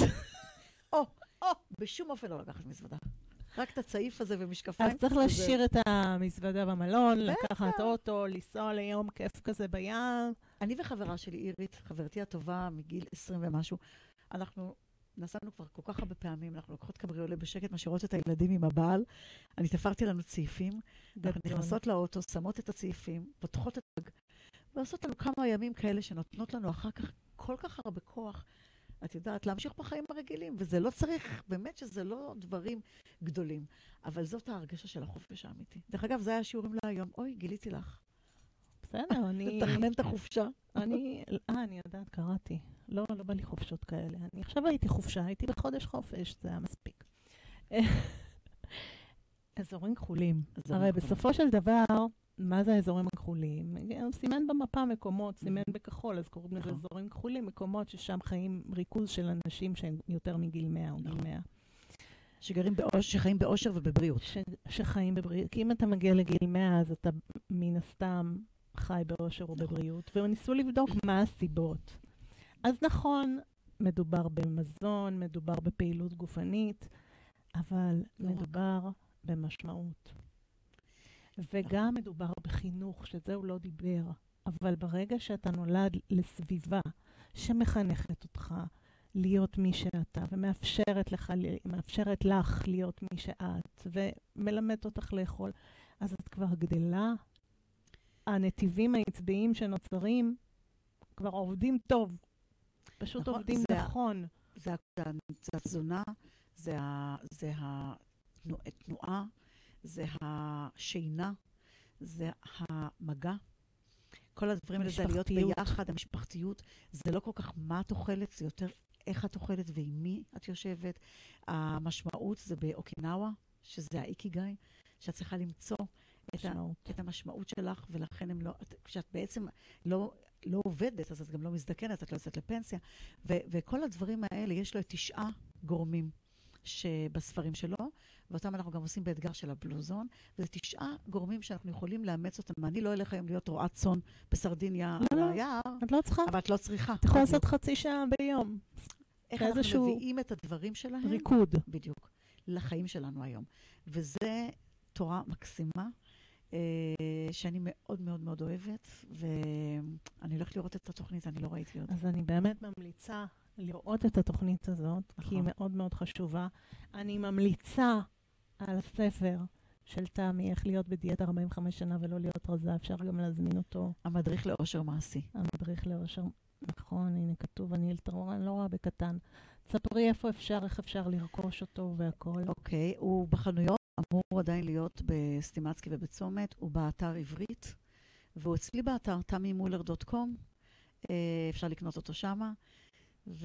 בשום אופן לא לקחת מזוודה. רק את הצעיף הזה ומשקפיים. אז צריך להשאיר את המזוודה במלון, לקחת אוטו, לנסוע ליום כיף כזה בים. אני וחברה שלי, אירית, חברתי הטובה מגיל 20 ומשהו, אנחנו נסענו כבר כל כך הרבה פעמים, אנחנו לוקחות קבריולה בשקט, משאירות את הילדים עם הבעל, אני תפרתי לנו צעיפים, אנחנו נכנסות לאוטו, שמות את הצעיפים, פותחות את הגג, ועושות לנו כמה ימים כאלה שנותנות לנו אחר כך כל כך הרבה כוח, את יודעת, להמשיך בחיים הרגילים, וזה לא צריך, באמת שזה לא דברים גדולים, אבל זאת ההרגשה של החופש האמיתי. דרך אגב, זה היה שיעורים להיום, אוי, גיליתי לך. בסדר, אני... תתכנן את החופשה. אני יודעת, קראתי. לא בא לי חופשות כאלה. אני עכשיו הייתי חופשה, הייתי בחודש חופש, זה היה מספיק. אזורים כחולים. הרי בסופו של דבר, מה זה האזורים הכחולים? סימן במפה מקומות, סימן בכחול, אז קוראים לזה אזורים כחולים, מקומות ששם חיים ריכוז של אנשים שהם יותר מגיל 100 או גיל 100. שחיים באושר ובבריאות. שחיים בבריאות. כי אם אתה מגיע לגיל 100, אז אתה מן הסתם חי באושר ובבריאות. וניסו לבדוק מה הסיבות. אז נכון, מדובר במזון, מדובר בפעילות גופנית, אבל מדובר במשמעות. וגם מדובר בחינוך, שזה הוא לא דיבר. אבל ברגע שאתה נולד לסביבה שמחנכת אותך להיות מי שאתה, ומאפשרת לך להיות מי שאת, ומלמדת אותך לאכול, אז את כבר גדלה. הנתיבים העצביים שנוצרים כבר עובדים טוב. פשוט עובדים נכון. זה התזונה, זה התנועה, זה השינה, זה המגע. כל הדברים האלה זה להיות ביחד, המשפחתיות. זה לא כל כך מה את אוכלת, זה יותר איך את אוכלת ועם מי את יושבת. המשמעות זה באוקינאווה, שזה האיקיגאי, שאת צריכה למצוא את המשמעות שלך, ולכן כשאת בעצם לא עובדת, אז את גם לא מזדקנת, את לא יוצאת לפנסיה. וכל הדברים האלה, יש לו 9 גורמים שבספרים שלו, ואותם אנחנו גם עושים באתגר של הבלוזון, וזה 9 גורמים שאנחנו יכולים לאמץ אותם. אני לא אלך היום להיות רועת צאן בסרדיניה על היער, את לא צריכה. אבל את לא צריכה. אתה יכול לעשות חצי שעה ביום. איך אנחנו מביאים את הדברים שלהם? ריקוד. בדיוק. לחיים שלנו היום. וזה תורה מקסימה, שאני מאוד מאוד מאוד אוהבת, ואני הולכת לראות את התוכנית, אני לא ראיתי אותה. אז אני באמת ממליצה לראות את התוכנית הזאת, כי היא מאוד מאוד חשובה. אני ממליצה על הספר של תמי, איך להיות בדיאטה 45 שנה ולא להיות רזה, אפשר גם להזמין אותו. המדריך לאושר מעשי. המדריך לאושר, נכון, הנה כתוב, אני לא רואה בקטן. תספרי איך אפשר לרכוש אותו והכל. אוקיי, הוא בחנויות, אמור עדיין להיות בסטימצקי ובצומת, הוא באתר עברית, והוא אצלי באתר tamimüller.com, אפשר לקנות אותו שמה, או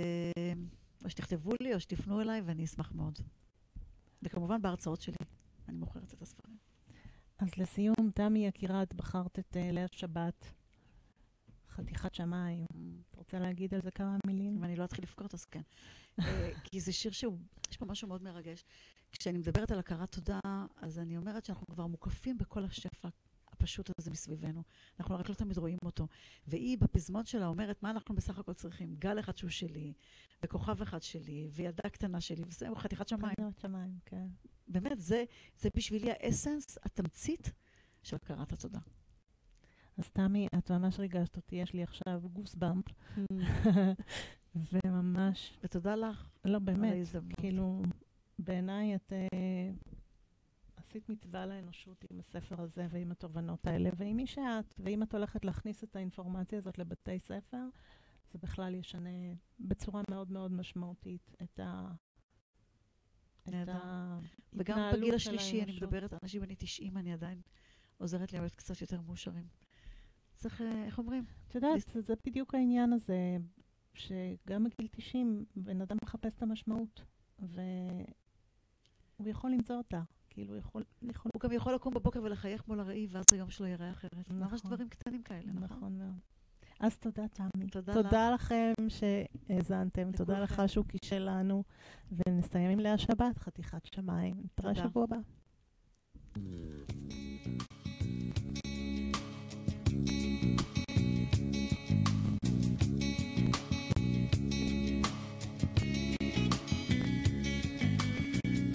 שתכתבו לי או שתפנו אליי, ואני אשמח מאוד. וכמובן בהרצאות שלי, אני מוכרת את הספרים. אז לסיום, תמי יקירה, את בחרת את לאה שבת, חתיכת שמיים. את רוצה להגיד על זה כמה מילים? אם אני לא אתחיל לבכות, אז כן. כי זה שיר יש פה משהו מאוד מרגש. כשאני מדברת על הכרת תודה, אז אני אומרת שאנחנו כבר מוקפים בכל השפע הפשוט הזה מסביבנו. אנחנו רק לא תמיד רואים אותו. והיא בפזמון שלה אומרת, מה אנחנו בסך הכל צריכים? גל אחד שהוא שלי, וכוכב אחד שלי, וידה קטנה שלי, וזהו, חתיכת שמיים. חתיכת שמיים, כן. באמת, זה בשבילי האסנס, התמצית של הכרת התודה. אז תמי, את ממש ריגשת אותי, יש לי עכשיו גוסבאמפ. וממש, ותודה לך. לא על באמת, ההזדמנות. כאילו, בעיניי את עשית מצווה לאנושות עם הספר הזה ועם התובנות האלה, ועם מי שאת, ואם את הולכת להכניס את האינפורמציה הזאת לבתי ספר, זה בכלל ישנה בצורה מאוד מאוד משמעותית את נהדר. ההתנהלות וגם של בגיל השלישי, אני האנושות. מדברת על אנשים בני 90, אני עדיין עוזרת לי להיות קצת יותר מאושרים. צריך, איך אומרים? את יודעת, זה בדיוק העניין הזה, שגם בגיל 90 בן אדם מחפש את המשמעות, והוא יכול למצוא אותה. כאילו, יכול... הוא גם יכול לקום בבוקר ולחייך מול הראי, ואז היום שלו יראה אחרת. ממש נכון. דברים קטנים כאלה, נכון? נכון מאוד. אז תודה, תמי. תודה לך. לכם שהאזנתם, תודה לכולכם. לך שוקי שלנו, ונסיים עם לאה שבת, חתיכת שמיים. נתראה תודה. שבוע הבא.